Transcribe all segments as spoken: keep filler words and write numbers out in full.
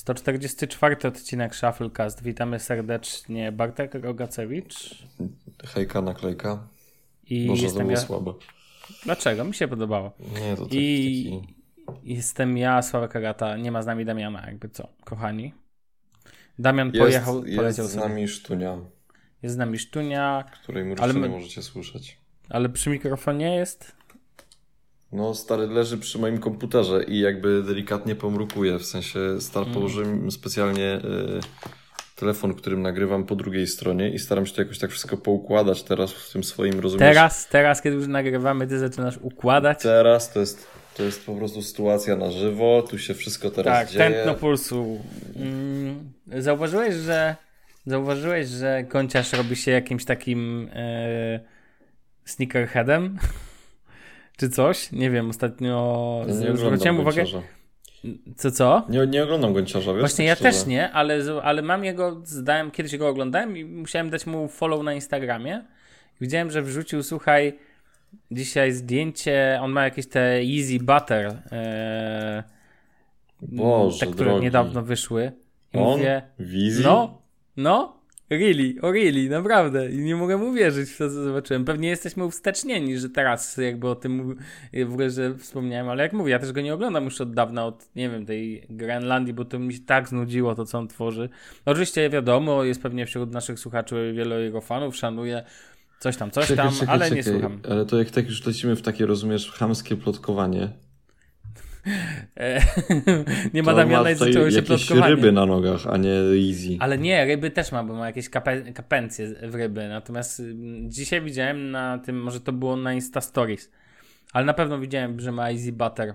sto czterdziesty czwarty odcinek Shufflecast. Witamy serdecznie. Bartek Rogacewicz. Hejka, naklejka. I Może jestem to było ja... słabe. Dlaczego? Mi się podobało. Nie, to tak, I taki... jestem ja, Sławek Agata. Nie ma z nami Damiana, jakby co, kochani. Damian jest, pojechał, jest poleciał z sobie. nami Sztunia. Jest z nami Sztunia. Której mruczy ale nie my... możecie słyszeć. Ale przy mikrofonie jest... No, stary leży przy moim komputerze i jakby delikatnie pomrukuje. W sensie star Mm. położyłem specjalnie y, telefon, którym nagrywam po drugiej stronie i staram się to jakoś tak wszystko poukładać teraz w tym swoim, rozumiesz? Teraz, teraz, kiedy już nagrywamy, ty zaczynasz układać. Teraz to jest, to jest po prostu sytuacja na żywo. Tu się wszystko teraz Tak, dzieje. tętno pulsu. Mm, zauważyłeś, że zauważyłeś, że Gonciarz robi się jakimś takim e, sneakerheadem? Czy coś? Nie wiem, ostatnio Ja nie zwróciłem uwagę. Gonciarza. Co, co? Nie, nie oglądam Gonciarza, wiesz? Właśnie tak ja szczerze. też nie, ale, ale mam jego, zdałem, kiedyś go oglądałem i musiałem dać mu follow na Instagramie. Widziałem, że wrzucił, słuchaj, dzisiaj zdjęcie, on ma jakieś te Easy Butter, e, Boże, te, które drogi. niedawno wyszły. I On? mówię, Wizji? no, no, really, o really, naprawdę. I nie mogę uwierzyć w to, co zobaczyłem. Pewnie jesteśmy uwstecznieni, że teraz jakby o tym mów- w ogóle, że wspomniałem, ale jak mówię, ja też go nie oglądam już od dawna, od, nie wiem, tej Grenlandii, bo to mi się tak znudziło to, co on tworzy. No, oczywiście wiadomo, jest pewnie wśród naszych słuchaczy wielu jego fanów, szanuję coś tam, coś Czekaj, tam, czekaj, ale czekaj. nie słucham. Ale to jak tak już lecimy w takie, rozumiesz, chamskie plotkowanie. E, nie ma To Damiana i tutaj zaczęło się jakieś plotkowanie. ryby na nogach, a nie easy. Ale nie, ryby też ma, bo ma jakieś kape- kapencje w ryby. Natomiast y, dzisiaj widziałem na tym, może to było na Insta Stories, ale na pewno widziałem, że ma Easy Butter.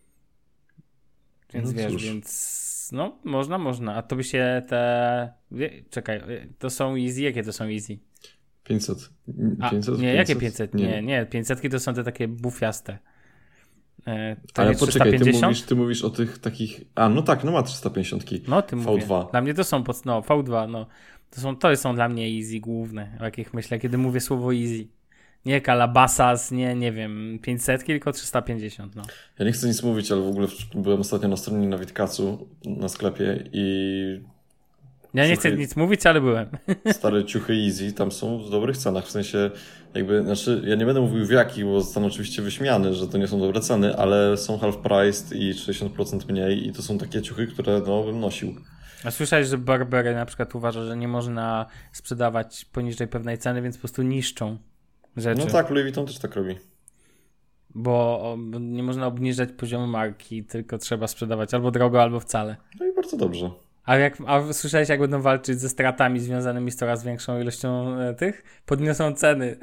Więc No wiesz, cóż. więc no, można, można. A to by się te... Wie, czekaj, to są Easy, jakie to są Easy? pięćset. A, pięćset? nie, jakie pięćset? Nie, nie, nie pięćsetki to są te takie bufiaste. E, to Ale jest poczekaj, ty trzysta pięćdziesiąt? mówisz, ty mówisz o tych takich... A, no tak, no ma trzysta pięćdziesiąt. No, ty V dwa. mówię. Dla mnie to są, pod... no, V dwa, no. To są, to są dla mnie easy główne, o jakich myślę, kiedy mówię słowo easy. Nie Calabasas, nie, nie wiem, pięćset, tylko trzysta pięćdziesiąt, no. Ja nie chcę nic mówić, ale w ogóle byłem ostatnio na stronie na Witkacu, na sklepie i... Ja nie Ciuchy- chcę nic mówić, ale byłem. Stare ciuchy Easy tam są w dobrych cenach, w sensie jakby, znaczy ja nie będę mówił w jakich, bo zostanę oczywiście wyśmiany, że to nie są dobre ceny, ale są half priced i sześćdziesiąt procent mniej i to są takie ciuchy, które no bym nosił. A słyszałeś, że Burberry na przykład uważa, że nie można sprzedawać poniżej pewnej ceny, więc po prostu niszczą rzeczy. No tak, Louis Vuitton też tak robi. Bo o, bo nie można obniżać poziomu marki, tylko trzeba sprzedawać albo drogo, albo wcale. No i bardzo dobrze. A jak a słyszałeś, jak będą walczyć ze stratami związanymi z coraz większą ilością e, tych? Podniosą ceny.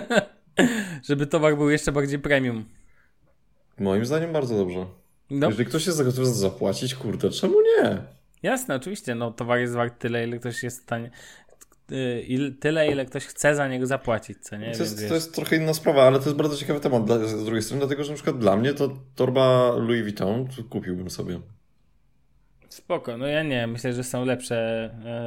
Żeby towar był jeszcze bardziej premium. Moim zdaniem bardzo dobrze. No, Jeżeli ktoś jest gotowy za to zapłacić, kurde, czemu nie? jasne, oczywiście. No, towar jest wart tyle, ile ktoś jest w stanie... y, il- Tyle, ile ktoś chce za niego zapłacić, co nie? To Więc jest, wiesz. to jest trochę inna sprawa, ale to jest bardzo ciekawy temat dla, z drugiej strony, dlatego że na przykład dla mnie to torba Louis Vuitton to kupiłbym sobie. Spoko, no ja nie, myślę, że są lepsze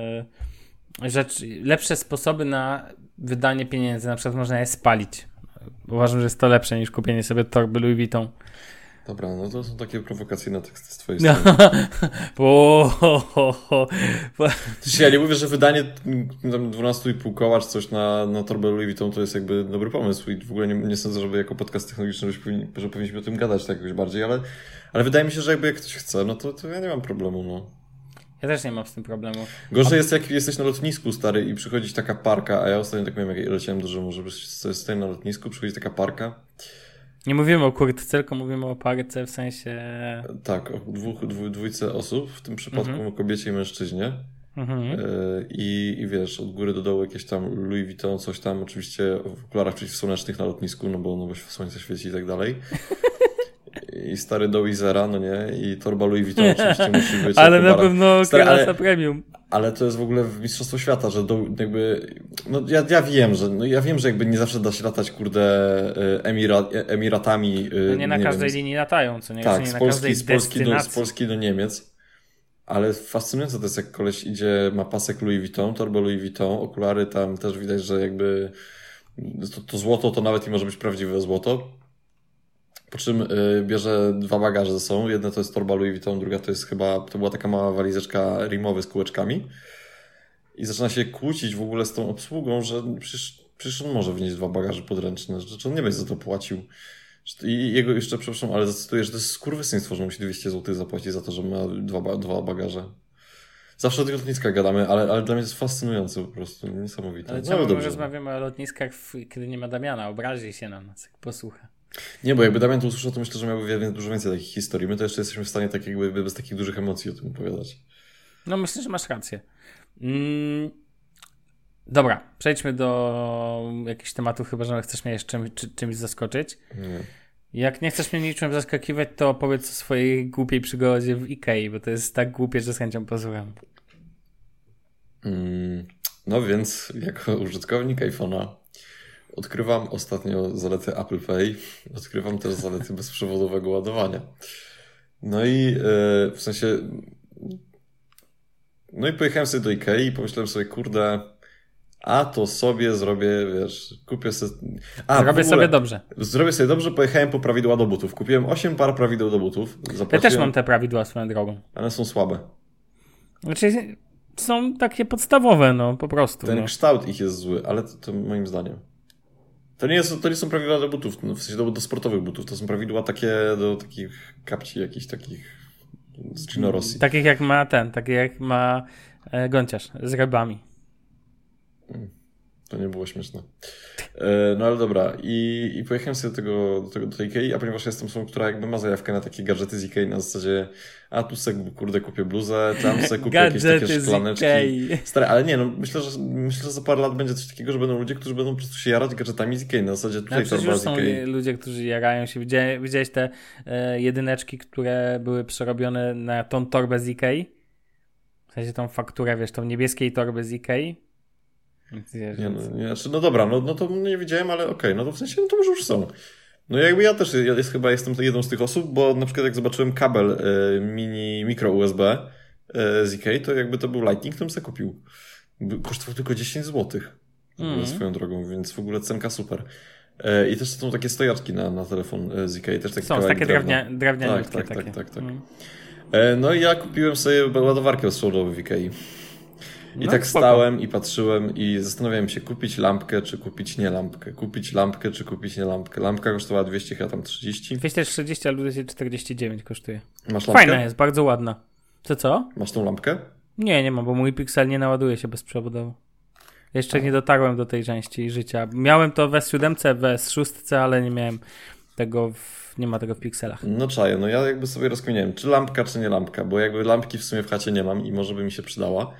e, rzeczy, lepsze sposoby na wydanie pieniędzy, na przykład można je spalić. Uważam, że jest to lepsze niż kupienie sobie torby Louis Vuitton. Dobra, no to są takie prowokacyjne teksty z twojej No. strony. Bo, ho, ho, ho. Bo, Znaczy, ja nie mówię, że wydanie mm, tam dwanaście i pół koła czy coś na, na torbę Louis Vuitton to jest jakby dobry pomysł i w ogóle nie, nie sądzę, żeby jako podcast technologiczny że, powinni, że powinniśmy o tym gadać tak jakoś bardziej, ale, ale wydaje mi się, że jakby jak ktoś chce, no to, to ja nie mam problemu, no. ja też nie mam z tym problemu. Gorzej jest jak jesteś na lotnisku, stary, i przychodzi taka parka, a ja ostatnio tak miałem, jak leciałem do Rzymu, żeby sobie stoi na lotnisku, przychodzi taka parka. Nie mówimy o kurtce, tylko mówimy o parce w sensie... Tak, o dwóch, dwu, dwójce osób, w tym przypadku Mhm. o kobiecie i mężczyźnie. Mhm. Yy, I, I wiesz, od góry do dołu jakieś tam Louis Vuitton, coś tam, oczywiście w okularach przeciwsłonecznych na lotnisku, no bo, no bo słońce świeci i tak dalej. I stary do Wizera, no nie? I torba Louis Vuitton oczywiście musi być. Ale jako na bara. pewno Stary, klasa ale- premium. Ale to jest w ogóle mistrzostwo świata, że do, jakby, no ja, ja wiem, że, no ja wiem, że jakby nie zawsze da się latać, kurde, y, Emira, y, Emiratami. y, No nie na każdej wiem, linii latają, co nie? Tak, nie z na Polski, każdej z, Polski do, z destynacji. Polski do Niemiec. Ale fascynujące to jest, jak koleś idzie, ma pasek Louis Vuitton, torbę Louis Vuitton, okulary, tam też widać, że jakby to, to złoto to nawet i może być prawdziwe złoto. Po czym y, bierze dwa bagaże ze sobą. Jedna to jest torba Louis Vuitton, druga to jest chyba, to była taka mała walizeczka Rimowy z kółeczkami. I zaczyna się kłócić w ogóle z tą obsługą, że przecież, przecież on może wnieść dwa bagaże podręczne, że on nie będzie za to płacił. I jego jeszcze, przepraszam, ale zacytuję, że to jest skurwysyństwo, że musi dwieście złotych zapłacić za to, że ma dwa, dwa bagaże. Zawsze o tych lotniskach gadamy, ale, ale dla mnie to jest fascynujące po prostu, niesamowite. Ale czemu no, rozmawiamy o lotniskach, kiedy nie ma Damiana? Obrazi się na nas, jak posłucha. Nie, bo jakby Damian to usłyszał, to myślę, że miałby dużo więcej takich historii. My to jeszcze jesteśmy w stanie tak jakby bez takich dużych emocji o tym opowiadać. No myślę, że masz rację. Mm, dobra, przejdźmy do jakichś tematów, chyba że chcesz mnie jeszcze czym, czymś zaskoczyć. Nie. Jak nie chcesz mnie niczym zaskakiwać, to opowiedz o swojej głupiej przygodzie w Ikei, bo to jest tak głupie, że z chęcią posłucham. Mm, no więc, jako użytkownik iPhone'a odkrywam ostatnio zalety Apple Pay, odkrywam też zalety bezprzewodowego ładowania. No i yy, w sensie... No i pojechałem sobie do Ikei i pomyślałem sobie, kurde, a to sobie zrobię, wiesz, kupię sobie... A, zrobię ogóle, sobie dobrze. Zrobię sobie dobrze, pojechałem po prawidła do butów. Kupiłem osiem par prawideł do butów. Ja też mam te prawidła swoją drogą. One są słabe. Znaczy są takie podstawowe, no po prostu. Ten no. kształt ich jest zły, ale to, to moim zdaniem. To nie, jest, to nie są prawidła do butów, no, w sensie do, do sportowych butów. To są prawidła takie do takich kapci jakichś takich z Gino Rossi. Takich jak ma ten, takich jak ma e, Gonciarz z rybami. To nie było śmieszne. E, no ale dobra. I, i pojechałem sobie do tego, do tego do tej Ikei, a ponieważ jestem osobą, która jakby ma zajawkę na takie gadżety z Ikei na zasadzie, a tu se kurde kupię bluzę, tam se kupię jakieś takie szklaneczki. Stare, ale nie, no myślę, że myślę, że za parę lat będzie coś takiego, że będą ludzie, którzy będą po prostu się jarać gadżetami z Ikei. Na zasadzie tutaj torba z Ikei. Są ludzie, którzy jarają się. Widziałeś, widziałeś te e, jedyneczki, które były przerobione na tą torbę z Ikei? W sensie tą fakturę, wiesz, tą niebieskiej torby z Ikei? Nie, no, nie, znaczy, no dobra, no, no to nie widziałem, ale okej, okay, no to w sensie no to może już są. No jakby ja też ja jest, chyba jestem jedną z tych osób, bo na przykład jak zobaczyłem kabel y, mini mikro U S B y, z Ikei, to jakby to był Lightning, którym sobie kupił. Kosztował tylko dziesięć złotych mm. swoją drogą, więc w ogóle cenka super. Y, I też są takie stojaczki na, na telefon y, z Ikei. Też takie są takie drewnia, drewniane. Tak, tak, takie. tak, tak, tak. Mm. Y, no i ja kupiłem sobie ładowarkę bezprzewodową w Ikei. I no, tak spoko. Stałem i patrzyłem i zastanawiałem się, kupić lampkę, czy kupić nie lampkę. Kupić lampkę, czy kupić nie lampkę. Lampka kosztowała dwieście, chyba tam trzydzieści. dwieście trzydzieści albo dwieście czterdzieści dziewięć kosztuje. Masz lampkę? Fajna jest, bardzo ładna. Co, co? Masz tą lampkę? Nie, nie mam, bo mój Pixel nie naładuje się bezprzewodowo. Jeszcze A. nie dotarłem do tej części życia. Miałem to w S siedem, w S sześć, ale nie miałem tego, w, nie ma tego w Pixelach. No czaję, no ja jakby sobie rozkminiałem, czy lampka, czy nie lampka, bo jakby lampki w sumie w chacie nie mam i może by mi się przydała.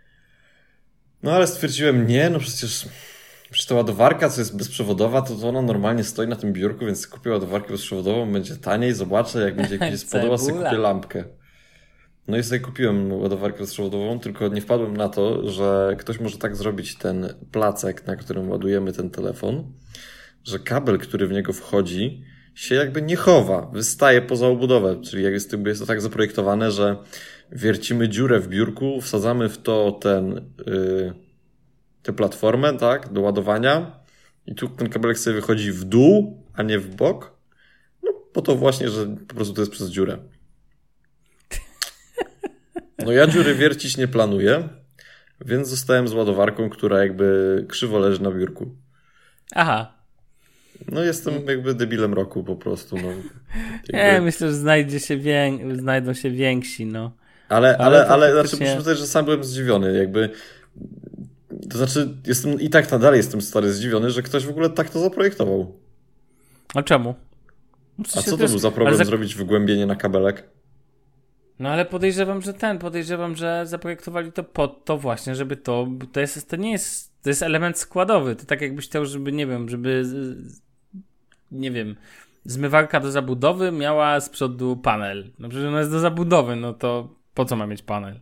No ale stwierdziłem, nie, no przecież, przecież ta ładowarka, co jest bezprzewodowa, to, to ona normalnie stoi na tym biurku, więc kupię ładowarkę bezprzewodową, będzie taniej, zobaczę, jak będzie mi się spodobać, sobie kupię lampkę. No i sobie kupiłem ładowarkę bezprzewodową, tylko nie wpadłem na to, że ktoś może tak zrobić ten placek, na którym ładujemy ten telefon, że kabel, który w niego wchodzi, się jakby nie chowa, wystaje poza obudowę, czyli jak jest, jest to tak zaprojektowane, że wiercimy dziurę w biurku, wsadzamy w to ten, yy, tę platformę, tak, do ładowania i tu ten kabelek sobie wychodzi w dół, a nie w bok. No, po to właśnie, że po prostu to jest przez dziurę. No ja dziury wiercić nie planuję, więc zostałem z ładowarką, która jakby krzywo leży na biurku. Aha. No jestem jakby debilem roku po prostu. No. Jakby... Nie, myślę, że znajdzie się wię... znajdą się więksi, no. Ale, ale, ale, ale faktycznie... znaczy, muszę powiedzieć, że sam byłem zdziwiony, jakby, to znaczy, jestem i tak nadal jestem stary zdziwiony, że ktoś w ogóle tak to zaprojektował. A czemu? A co to, to jest... był za problem za... zrobić wygłębienie na kabelek? No ale podejrzewam, że ten, podejrzewam, że zaprojektowali to pod to właśnie, żeby to, to jest, to nie jest, to jest element składowy, to tak jakbyś chciał, żeby, nie wiem, żeby, nie wiem, zmywarka do zabudowy miała z przodu panel. No przecież ona jest do zabudowy, no to po co ma mieć panel?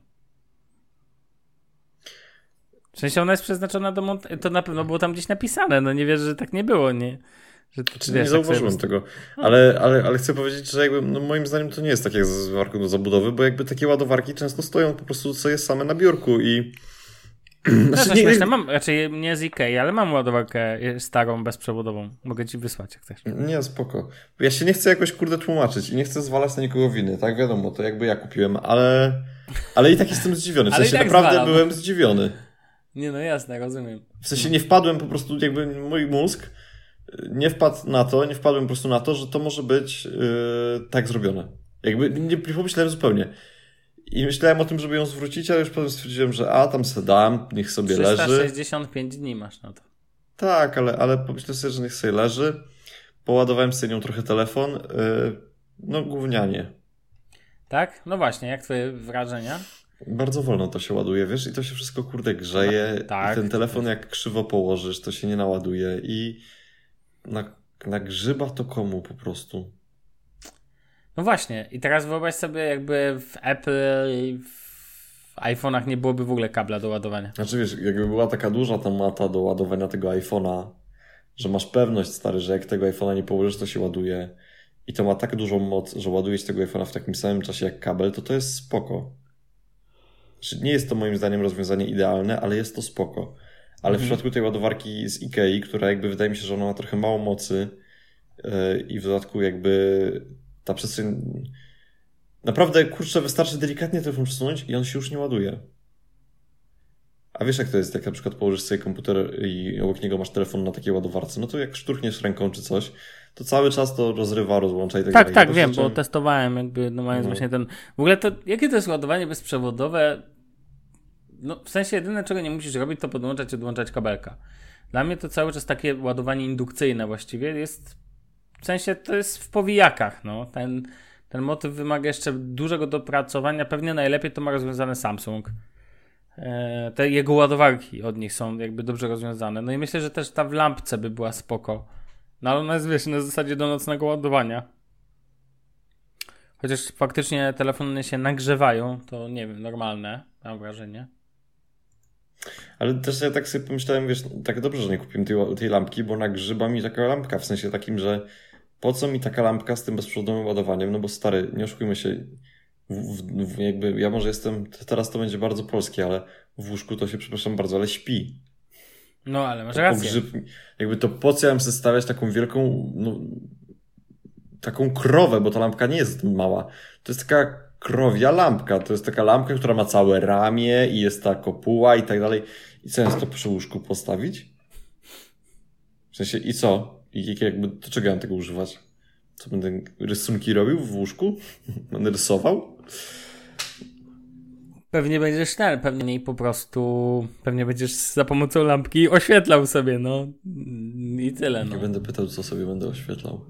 W sensie ona jest przeznaczona do montażu, to na pewno było tam gdzieś napisane, no nie wierzę, że tak nie było, nie? Że, czy wiesz, nie zauważyłem tak tego, ale, ale, ale chcę powiedzieć, że jakby, no moim zdaniem to nie jest tak jak z zmywarką do zabudowy, bo jakby takie ładowarki często stoją po prostu sobie same na biurku i No Znaczy, to nie, śmieszne, mam, raczej nie z Ikei, ale mam ładowarkę starą, bezprzewodową. Mogę ci wysłać, jak chcesz. nie, spoko. Ja się nie chcę jakoś, kurde, tłumaczyć i nie chcę zwalać na nikogo winy, tak? Wiadomo, to jakby ja kupiłem, ale, ale i tak jestem zdziwiony. W Ale i sensie tak naprawdę zwalam. byłem zdziwiony. Nie, no jasne, rozumiem. W sensie nie wpadłem po prostu, jakby mój mózg nie wpadł na to, nie wpadłem po prostu na to, że to może być yy, tak zrobione. Jakby nie, nie pomyślałem zupełnie. I myślałem o tym, żeby ją zwrócić, ale już potem stwierdziłem, że a, tam se dam, niech sobie leży. trzysta sześćdziesiąt pięć dni masz na to. Tak, ale, ale pomyślałem sobie, że niech sobie leży. Poładowałem sobie nią trochę telefon. Yy, no gównianie. Tak? No właśnie, jak twoje wrażenia? Bardzo wolno to się ładuje, wiesz, i to się wszystko, kurde, grzeje. No, tak. I ten telefon jak krzywo położysz, to się nie naładuje i na, na grzyba to komu po prostu. No właśnie, i teraz wyobraź sobie, jakby w Apple i w iPhone'ach nie byłoby w ogóle kabla do ładowania. Znaczy wiesz, jakby była taka duża ta mata do ładowania tego iPhone'a, że masz pewność, stary, że jak tego iPhone'a nie położysz, to się ładuje i to ma tak dużą moc, że ładujesz tego iPhone'a w takim samym czasie jak kabel, to to jest spoko. Znaczy, nie jest to moim zdaniem rozwiązanie idealne, ale jest to spoko. Ale w Mhm. przypadku tej ładowarki z Ikei, która jakby wydaje mi się, że ona ma trochę mało mocy yy, i w dodatku jakby ta przestrzeń... Naprawdę, kurczę, wystarczy delikatnie telefon przesunąć i on się już nie ładuje. A wiesz jak to jest, jak na przykład położysz sobie komputer i obok niego masz telefon na takiej ładowarce, no to jak szturchniesz ręką czy coś, to cały czas to rozrywa, rozłącza i tak Tak, dalej. tak, To wiem, rzeczy- bo testowałem jakby, no mając No. właśnie ten... W ogóle to, jakie to jest ładowanie bezprzewodowe? No w sensie jedyne, czego nie musisz robić, to podłączać i odłączać kabelka. Dla mnie to cały czas takie ładowanie indukcyjne właściwie jest... W sensie to jest w powijakach, no. Ten, ten motyw wymaga jeszcze dużego dopracowania. Pewnie najlepiej to ma rozwiązane Samsung. E, te jego ładowarki od nich są jakby dobrze rozwiązane. No i myślę, że też ta w lampce by była spoko. No ale ona jest, wiesz, na zasadzie do nocnego ładowania. Chociaż faktycznie telefony się nagrzewają, to nie wiem, normalne, mam wrażenie. Ale też ja tak sobie pomyślałem, wiesz, tak dobrze, że nie kupiłem tej, tej lampki, bo nagrzyba mi taka lampka, w sensie takim, że po co mi taka lampka z tym bezprzewodowym ładowaniem, no bo stary, nie oszukujmy się, w, w, w, jakby ja może jestem, teraz to będzie bardzo polskie, ale w łóżku to się, przepraszam bardzo, ale śpi. No ale masz To rację. pogrzyb, jakby to po co ja mam sobie stawiać taką wielką, no, taką krowę, bo ta lampka nie jest mała. To jest taka krowia lampka. To jest taka lampka, która ma całe ramię i jest ta kopuła i tak dalej. I co, jest to przy łóżku postawić? W sensie, i co? I jak- jakby, do czego ja mam tego używać? Co, będę rysunki robił w łóżku? Będę rysował? Pewnie będziesz ten, pewnie po prostu, pewnie będziesz za pomocą lampki oświetlał sobie, no. I tyle, no. Nie będę pytał, co sobie będę oświetlał.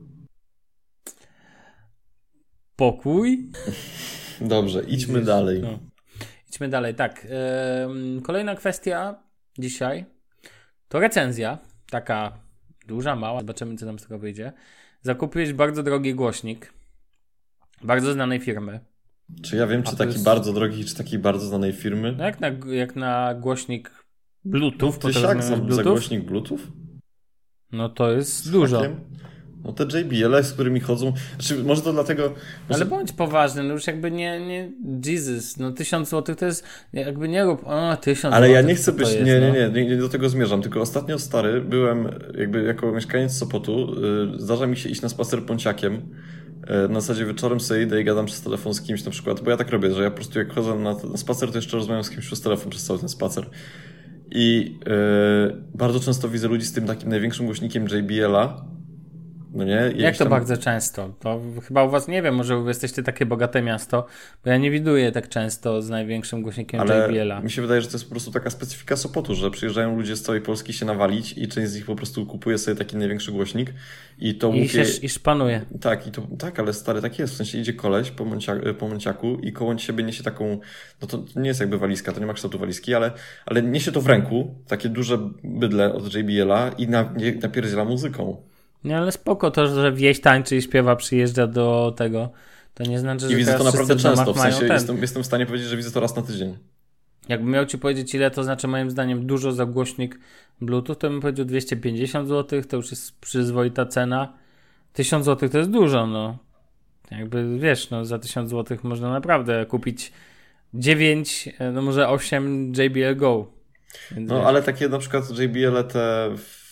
Pokój. Dobrze, idźmy Widzisz? dalej. No. Idźmy dalej, tak. Ym, kolejna kwestia dzisiaj to recenzja. Taka duża, mała. Zobaczymy, co nam z tego wyjdzie. Zakupiłeś bardzo drogi głośnik. Bardzo znanej firmy. Czy ja wiem, A czy to taki jest- bardzo drogi, czy takiej bardzo znanej firmy? No jak na, jak na głośnik Bluetooth. bo to Tysiak rozumiem, za, jest za Bluetooth, głośnik Bluetooth? no to jest Z dużo. hakiem? No te J B L, z którymi chodzą. Znaczy, może to dlatego. Ale Może... bądź poważny, no już jakby nie, nie, Jesus, no tysiąc złotych to jest, jakby nie rób, o tysiąc Ale złotych, ja nie chcę co być. to Nie, jest, nie, no. nie, nie, nie do tego zmierzam. Tylko ostatnio stary byłem, jakby jako mieszkaniec Sopotu, yy, zdarza mi się iść na spacer Ponciakiem. Yy, na zasadzie wieczorem sobie idę i gadam przez telefon z kimś na przykład, bo ja tak robię, że ja po prostu jak chodzę na, na spacer, to jeszcze rozmawiam z kimś przez telefon przez cały ten spacer. I yy, bardzo często widzę ludzi z tym takim największym głośnikiem J B L-a. No nie? I Jak jakiś to tam- bardzo często? To chyba u was, nie wiem, może wy jesteście takie bogate miasto, bo ja nie widuję tak często z największym głośnikiem Ale J B L-a. mi się wydaje, że to jest po prostu taka specyfika Sopotu, że przyjeżdżają ludzie z całej Polski się nawalić i część z nich po prostu kupuje sobie taki największy głośnik i to I łupie... się i szpanuje. Tak, i to, tak, ale stary, tak jest. W sensie idzie koleś po, mącia, po mąciaku i koło siebie niesie taką, no to, to nie jest jakby walizka, to nie ma kształtu walizki, ale, ale niesie to w ręku, takie duże bydle od J B L-a i na, nie, napierdziela muzyką. Nie, ale spoko to, że wieś tańczy i śpiewa, przyjeżdża do tego, to nie znaczy, że I widzę to teraz naprawdę wszyscy w domach często, w mają sensie ten. jestem, jestem w stanie powiedzieć, że widzę to raz na tydzień. Jakbym miał ci powiedzieć, ile to znaczy moim zdaniem dużo za głośnik Bluetooth, to bym powiedział dwieście pięćdziesiąt złotych, to już jest przyzwoita cena. tysiąc złotych to jest dużo, no. Jakby, wiesz, no za tysiąc złotych można naprawdę kupić dziewięć, no może osiem J B L Go. Więc No wiesz. ale takie na przykład J B L te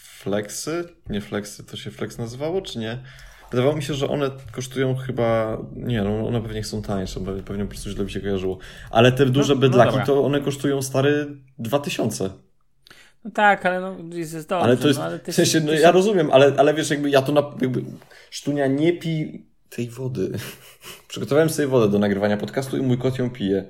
flexy, nie flexy, to się flex nazywało, czy nie? Wydawało mi się, że one kosztują chyba, nie no, one pewnie są tańsze, pewnie, pewnie po prostu źle mi się kojarzyło. Ale te duże no bydlaki, dobra. to one kosztują stary dwa tysiące. No tak, ale no jest dobrze. Ale to jest, no, ale ty w sensie, się, no ty ja się... rozumiem, ale, ale wiesz, jakby ja to na, jakby, Sztunia nie pi tej wody. Przygotowałem sobie wodę do nagrywania podcastu i mój kot ją pije.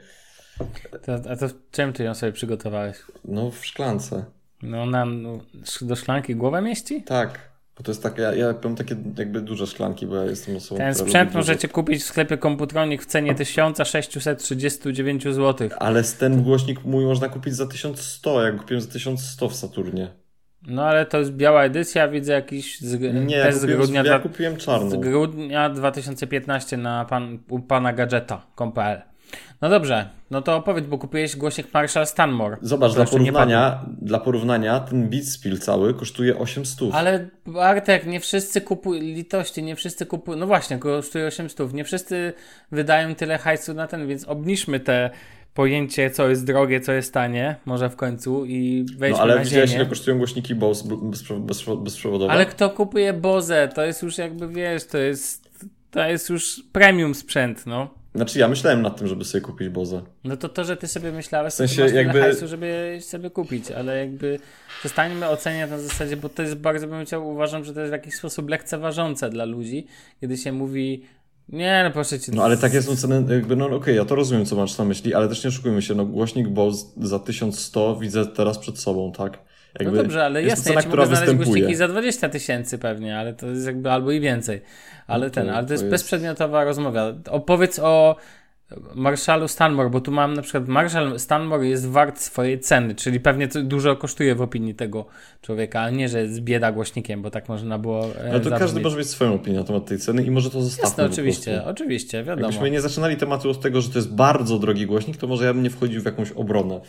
To, a to czym ty ją sobie przygotowałeś? No w szklance. No na no, do szklanki głowę mieści? Tak. Bo to jest takie, ja, ja mam takie jakby duże szklanki, bo ja jestem osobą, Ten która sprzęt lubi możecie dużo. kupić w sklepie Komputronik w cenie tysiąc sześćset trzydzieści dziewięć złotych. Ale z ten głośnik mój można kupić za tysiąc sto, ja go kupiłem za tysiąc sto w Saturnie. No ale to jest biała edycja, widzę jakiś z, Nie, ja też z kupiłem, grudnia, ja dwa, kupiłem z czarną. grudnia dwa tysiące piętnastego na pan, u pana gadżeta kropka com kropka p l. No dobrze, no to opowiedz, bo kupiłeś głośnik Marshall Stanmore. Zobacz, To dla jeszcze nie porównania, dla porównania ten Beatspill cały kosztuje osiemset. Ale Bartek, nie wszyscy kupują, litości, nie wszyscy kupują, no właśnie, kosztuje osiemset, nie wszyscy wydają tyle hajsu na ten, więc obniżmy te pojęcie, co jest drogie, co jest tanie, może w końcu i wejdźmy No ale na widziałeś, ziemię. ile kosztują głośniki Bose bezprze- bezprze- bezprzewodowe? Ale kto kupuje Bose? To jest już jakby, wiesz, to jest, to jest już premium sprzęt, no. Znaczy ja myślałem nad tym, żeby sobie kupić Bose. No to to, że ty sobie myślałeś, W sensie to masz tyle jakby- hajsu, żeby sobie kupić, ale jakby przestańmy oceniać na zasadzie, bo to jest bardzo, bym chciał, uważam, że to jest w jakiś sposób lekceważące dla ludzi, kiedy się mówi, nie no proszę cię. No ale takie są ceny, jakby, no okej, ja to rozumiem, co masz na myśli, ale też nie oszukujmy się, no głośnik Bose za tysiąc sto widzę teraz przed sobą, tak? Jakby No dobrze, ale jest jasne, to cena, ja ci która mogę znaleźć występuje. głośniki za dwadzieścia tysięcy pewnie, ale to jest jakby albo i więcej. Ale No to- ten, ale to to jest, jest- bezprzedmiotowa rozmowa. Opowiedz o Marshallu Stanmore, bo tu mam na przykład Marshall Stanmore jest wart swojej ceny, czyli pewnie to dużo kosztuje w opinii tego człowieka, a nie, że jest bieda głośnikiem, bo tak można było e, No to każdy zabrzmieć. może mieć swoją opinię na temat tej ceny i może to zostawmy Jasne, po oczywiście, prostu. oczywiście, wiadomo. Jakbyśmy nie zaczynali tematu od tego, że to jest bardzo drogi głośnik, to może ja bym nie wchodził w jakąś obronę.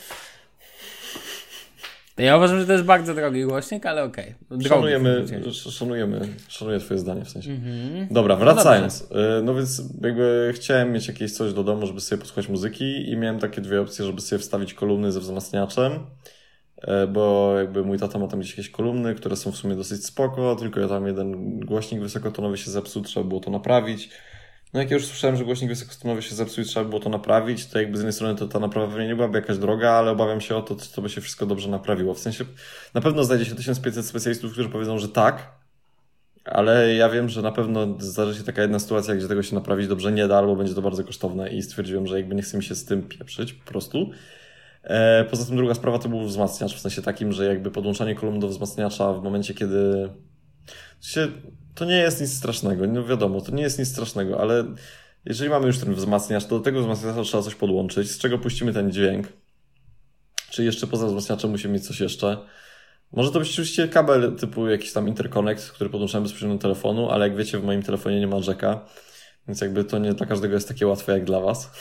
Ja uważam, że to jest bardzo drogi głośnik, ale okej. Okay. Szanujemy, szanujemy, szanuję twoje zdanie w sensie. Mhm. Dobra, wracając. No, no więc jakby chciałem mieć jakieś coś do domu, żeby sobie posłuchać muzyki i miałem takie dwie opcje, żeby sobie wstawić kolumny ze wzmacniaczem, bo jakby mój tata ma tam gdzieś jakieś kolumny, które są w sumie dosyć spoko, tylko ja tam jeden głośnik wysokotonowy się zepsuł, trzeba było to naprawić. No jak ja już słyszałem, że głośnik wysokotonowy się zepsuł i trzeba było to naprawić, to jakby z jednej strony to ta naprawa pewnie nie byłaby jakaś droga, ale obawiam się o to, czy to by się wszystko dobrze naprawiło. W sensie na pewno znajdzie się tysiąc pięćset specjalistów, którzy powiedzą, że tak, ale ja wiem, że na pewno zdarzy się taka jedna sytuacja, gdzie tego się naprawić dobrze nie da, albo będzie to bardzo kosztowne i stwierdziłem, że jakby nie chce mi się z tym pieprzyć po prostu. E, poza tym druga sprawa to był wzmacniacz, w sensie takim, że jakby podłączanie kolumn do wzmacniacza w momencie, kiedy się, to nie jest nic strasznego, no wiadomo, to nie jest nic strasznego, ale jeżeli mamy już ten wzmacniacz, to do tego wzmacniacza trzeba coś podłączyć, z czego puścimy ten dźwięk. Czy jeszcze poza wzmacniaczem musimy mieć coś jeszcze. Może to być oczywiście kabel typu jakiś tam interconnect, który podłączamy bezpośrednio do telefonu, ale jak wiecie, w moim telefonie nie ma jacka, więc jakby to nie dla każdego jest takie łatwe jak dla was.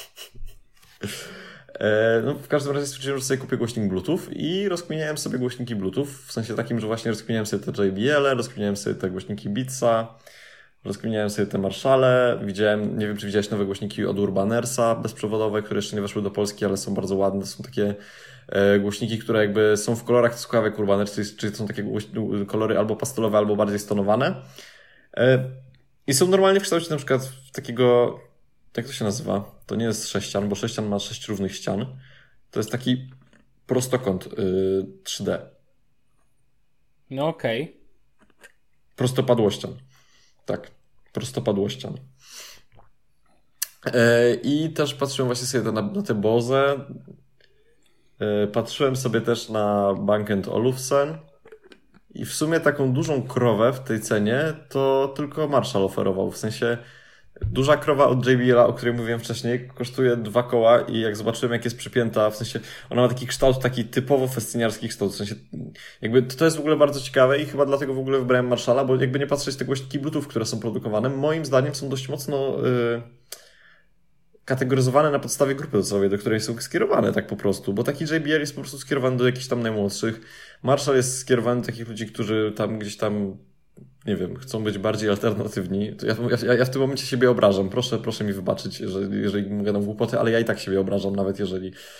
No, w każdym razie stwierdziłem, że sobie kupię głośnik Bluetooth i rozkminiałem sobie głośniki Bluetooth, w sensie takim, że właśnie rozkminiałem sobie te J B L, rozkminiałem sobie te głośniki Beatsa, rozkminiałem sobie te Marshalle, widziałem, nie wiem czy widziałeś nowe głośniki od Urbanersa bezprzewodowe, które jeszcze nie weszły do Polski, ale są bardzo ładne, są takie e, głośniki, które jakby są w kolorach słuchawek Urbaners, czyli, czyli to są takie głoś- kolory albo pastelowe, albo bardziej stonowane e, i są normalnie w kształcie na przykład takiego, jak to się nazywa? To nie jest sześcian, bo sześcian ma sześć równych ścian. To jest taki prostokąt yy, trzy D. No okej. Okay. Prostopadłościan. Tak, prostopadłościan. Yy, I też patrzyłem właśnie sobie na, na te Bose. Yy, patrzyłem sobie też na Bang and Olufsen. I w sumie taką dużą krowę w tej cenie to tylko Marshall oferował. W sensie duża krowa od J B L, o której mówiłem wcześniej, kosztuje dwa koła i jak zobaczyłem, jak jest przypięta, w sensie ona ma taki kształt, taki typowo festyniarski kształt, w sensie jakby to jest w ogóle bardzo ciekawe i chyba dlatego w ogóle wybrałem Marshalla, bo jakby nie patrzeć te głośniki Bluetooth, które są produkowane, moim zdaniem są dość mocno yy, kategoryzowane na podstawie grupy docelowej, do której są skierowane tak po prostu, bo taki J B L jest po prostu skierowany do jakichś tam najmłodszych, Marshall jest skierowany do takich ludzi, którzy tam gdzieś tam nie wiem, chcą być bardziej alternatywni. To ja, ja, ja w tym momencie siebie obrażam. Proszę, proszę mi wybaczyć, że, jeżeli gadam głupoty, ale ja i tak siebie obrażam, nawet jeżeli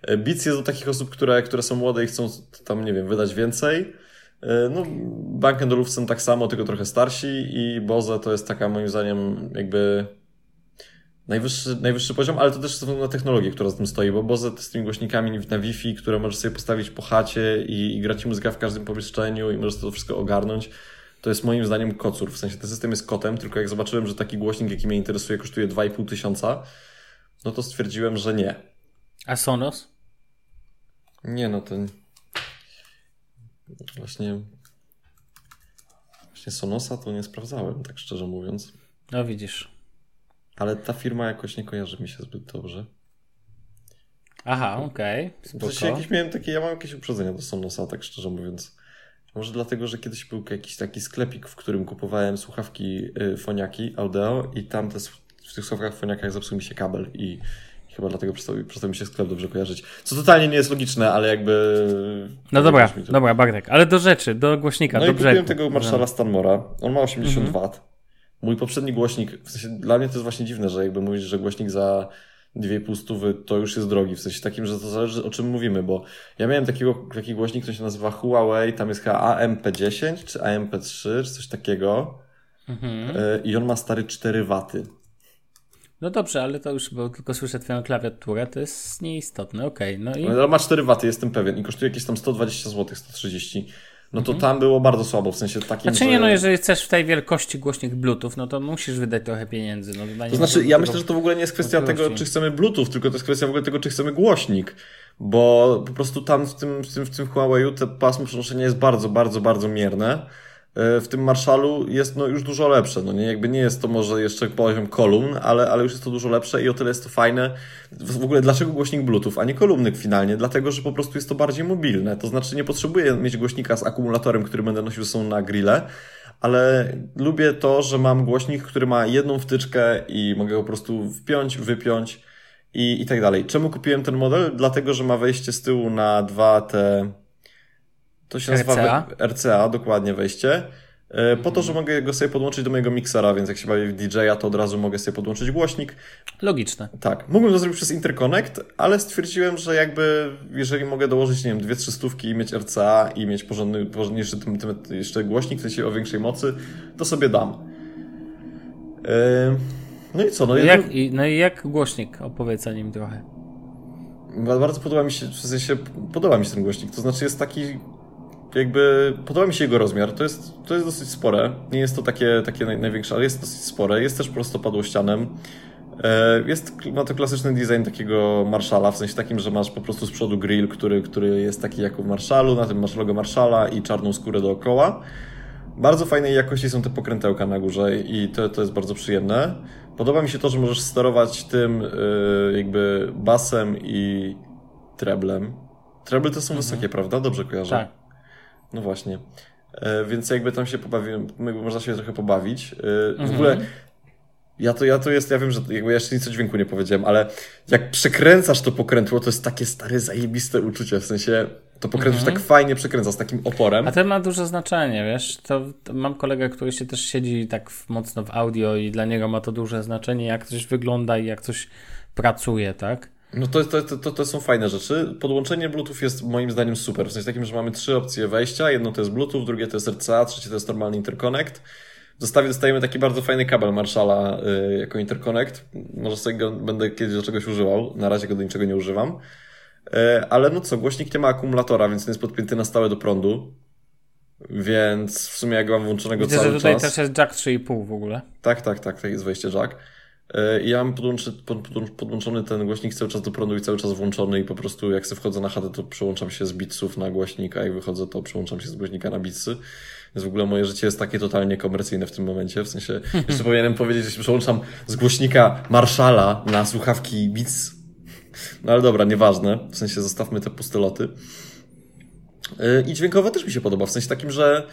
Beats jest do takich osób, które, które są młode i chcą tam, nie wiem, wydać więcej. No, Bang and Olufsen tak samo, tylko trochę starsi i Bose to jest taka moim zdaniem jakby najwyższy, najwyższy poziom, ale to też ze względu na technologię, która za tym stoi, bo Bose z tymi głośnikami na Wi-Fi, które możesz sobie postawić po chacie i, i grać muzykę w każdym pomieszczeniu i możesz to wszystko ogarnąć, to jest moim zdaniem kocur. W sensie ten system jest kotem, tylko jak zobaczyłem, że taki głośnik, jaki mnie interesuje, kosztuje dwa i pół tysiąca, no to stwierdziłem, że nie. A Sonos? Nie, no to właśnie właśnie Sonosa to nie sprawdzałem, tak szczerze mówiąc. No widzisz. Ale ta firma jakoś nie kojarzy mi się zbyt dobrze. Aha, okej. Okay. W jakieś miałem takie, ja mam jakieś uprzedzenia do Sonosa, tak szczerze mówiąc. Może dlatego, że kiedyś był jakiś taki sklepik, w którym kupowałem słuchawki y, foniaki audio i tam te, w tych słuchawkach foniakach zepsuł mi się kabel i chyba dlatego przestał, przestał mi się sklep dobrze kojarzyć. Co totalnie nie jest logiczne, ale jakby... No dobra, dobra, Bartek, ale do rzeczy, do głośnika, no do i brzegu. kupiłem tego Marshalla Stanmora. On ma osiemdziesiąt mhm. watów. Mój poprzedni głośnik, w sensie dla mnie to jest właśnie dziwne, że jakby mówisz, że głośnik za dwie i pół stówy to już jest drogi, w sensie takim, że to zależy o czym mówimy, bo ja miałem takiego, taki głośnik, który się nazywa Huawei, tam jest chyba A M P dziesięć, czy A M P trzy, czy coś takiego mhm. i on ma stary cztery waty. No dobrze, ale to już, bo tylko słyszę twoją klawiaturę, to jest nieistotne, okej. Okay, no i... Ale ma cztery waty, jestem pewien i kosztuje jakieś tam sto dwadzieścia złotych, sto trzydzieści. No to mhm. tam było bardzo słabo, w sensie takim, Znaczy że... nie, no jeżeli chcesz w tej wielkości głośnik Bluetooth, no to musisz wydać trochę pieniędzy. No, to znaczy, ja myślę, że to w ogóle nie jest kwestia tego, czy chcemy Bluetooth, tylko to jest kwestia w ogóle tego, czy chcemy głośnik. Bo po prostu tam w tym, w tym, w tym Huawei'u te pasmo przenoszenia jest bardzo, bardzo, bardzo mierne. W tym Marshallu jest no już dużo lepsze, no nie, jakby nie jest to może jeszcze poziom kolumn, ale, ale już jest to dużo lepsze i o tyle jest to fajne. W ogóle dlaczego głośnik Bluetooth, a nie kolumny finalnie? Dlatego, że po prostu jest to bardziej mobilne, to znaczy nie potrzebuję mieć głośnika z akumulatorem, który będę nosił ze sobą na grille, ale lubię to, że mam głośnik, który ma jedną wtyczkę i mogę go po prostu wpiąć, wypiąć i, i tak dalej. Czemu kupiłem ten model? Dlatego, że ma wejście z tyłu na dwa te... To się nazywa R C A? R C A, dokładnie wejście. Po mm. to, że mogę go sobie podłączyć do mojego miksera, więc jak się bawię w D J a, to od razu mogę sobie podłączyć głośnik. Logiczne. Tak. Mógłbym to zrobić przez Interconnect, ale stwierdziłem, że jakby jeżeli mogę dołożyć, nie wiem, dwie, trzy stówki i mieć R C A i mieć porządny, porządniejszy tym, tym, jeszcze głośnik, w sensie o większej mocy, to sobie dam. Yy... No i co? No, no, jedno... jak, i, no i jak głośnik? Opowiedz o nim trochę. Bardzo podoba mi się, w sensie podoba mi się ten głośnik, to znaczy jest taki jakby, podoba mi się jego rozmiar, to jest, to jest dosyć spore, nie jest to takie, takie naj, największe, ale jest dosyć spore, jest też prostopadłościanem, jest, ma to klasyczny design takiego Marshalla, w sensie takim, że masz po prostu z przodu grill, który, który jest taki jak w Marshallu, na tym masz logo Marshalla i czarną skórę dookoła. Bardzo fajnej jakości są te pokrętełka na górze i to, to jest bardzo przyjemne. Podoba mi się to, że możesz sterować tym jakby basem i treblem. Treble to są mhm. wysokie, prawda? Dobrze kojarzę? Tak. No właśnie. E, więc jakby tam się pobawiłem, można się trochę pobawić. E, mhm. W ogóle ja to, ja to jest, ja wiem, że jakby ja jeszcze nic o dźwięku nie powiedziałem, ale jak przekręcasz to pokrętło, to jest takie stare, zajebiste uczucie, w sensie to pokrętło mhm. tak fajnie przekręca z takim oporem. A to ma duże znaczenie, wiesz, to, to mam kolegę, który się też siedzi tak w, mocno w audio i dla niego ma to duże znaczenie, jak coś wygląda i jak coś pracuje, tak? No to, to, to, to są fajne rzeczy. Podłączenie Bluetooth jest moim zdaniem super. W sensie takim, że mamy trzy opcje wejścia. Jedno to jest Bluetooth, drugie to jest R C A, trzecie to jest normalny Interconnect. W zestawie dostajemy taki bardzo fajny kabel Marshalla y, jako Interconnect. Może sobie go będę kiedyś do czegoś używał. Na razie go do niczego nie używam. Y, ale no co, głośnik nie ma akumulatora, więc nie jest podpięty na stałe do prądu. Więc w sumie jak mam włączonego Widzę, cały że tutaj czas... też jest jack trzy i pół w ogóle. Tak, tak, tak, tak jest wejście jack. I ja mam podłączy, podłączony ten głośnik cały czas do prądu i cały czas włączony i po prostu jak sobie wchodzę na chatę, to przełączam się z Beatsów na głośnika, jak wychodzę, to przełączam się z głośnika na Beatsy. Więc w ogóle moje życie jest takie totalnie komercyjne w tym momencie, w sensie jeszcze powinienem powiedzieć, że się przełączam z głośnika Marshalla na słuchawki Beats. No ale dobra, nieważne, w sensie zostawmy te pustyloty. I dźwiękowo też mi się podoba, w sensie takim, że...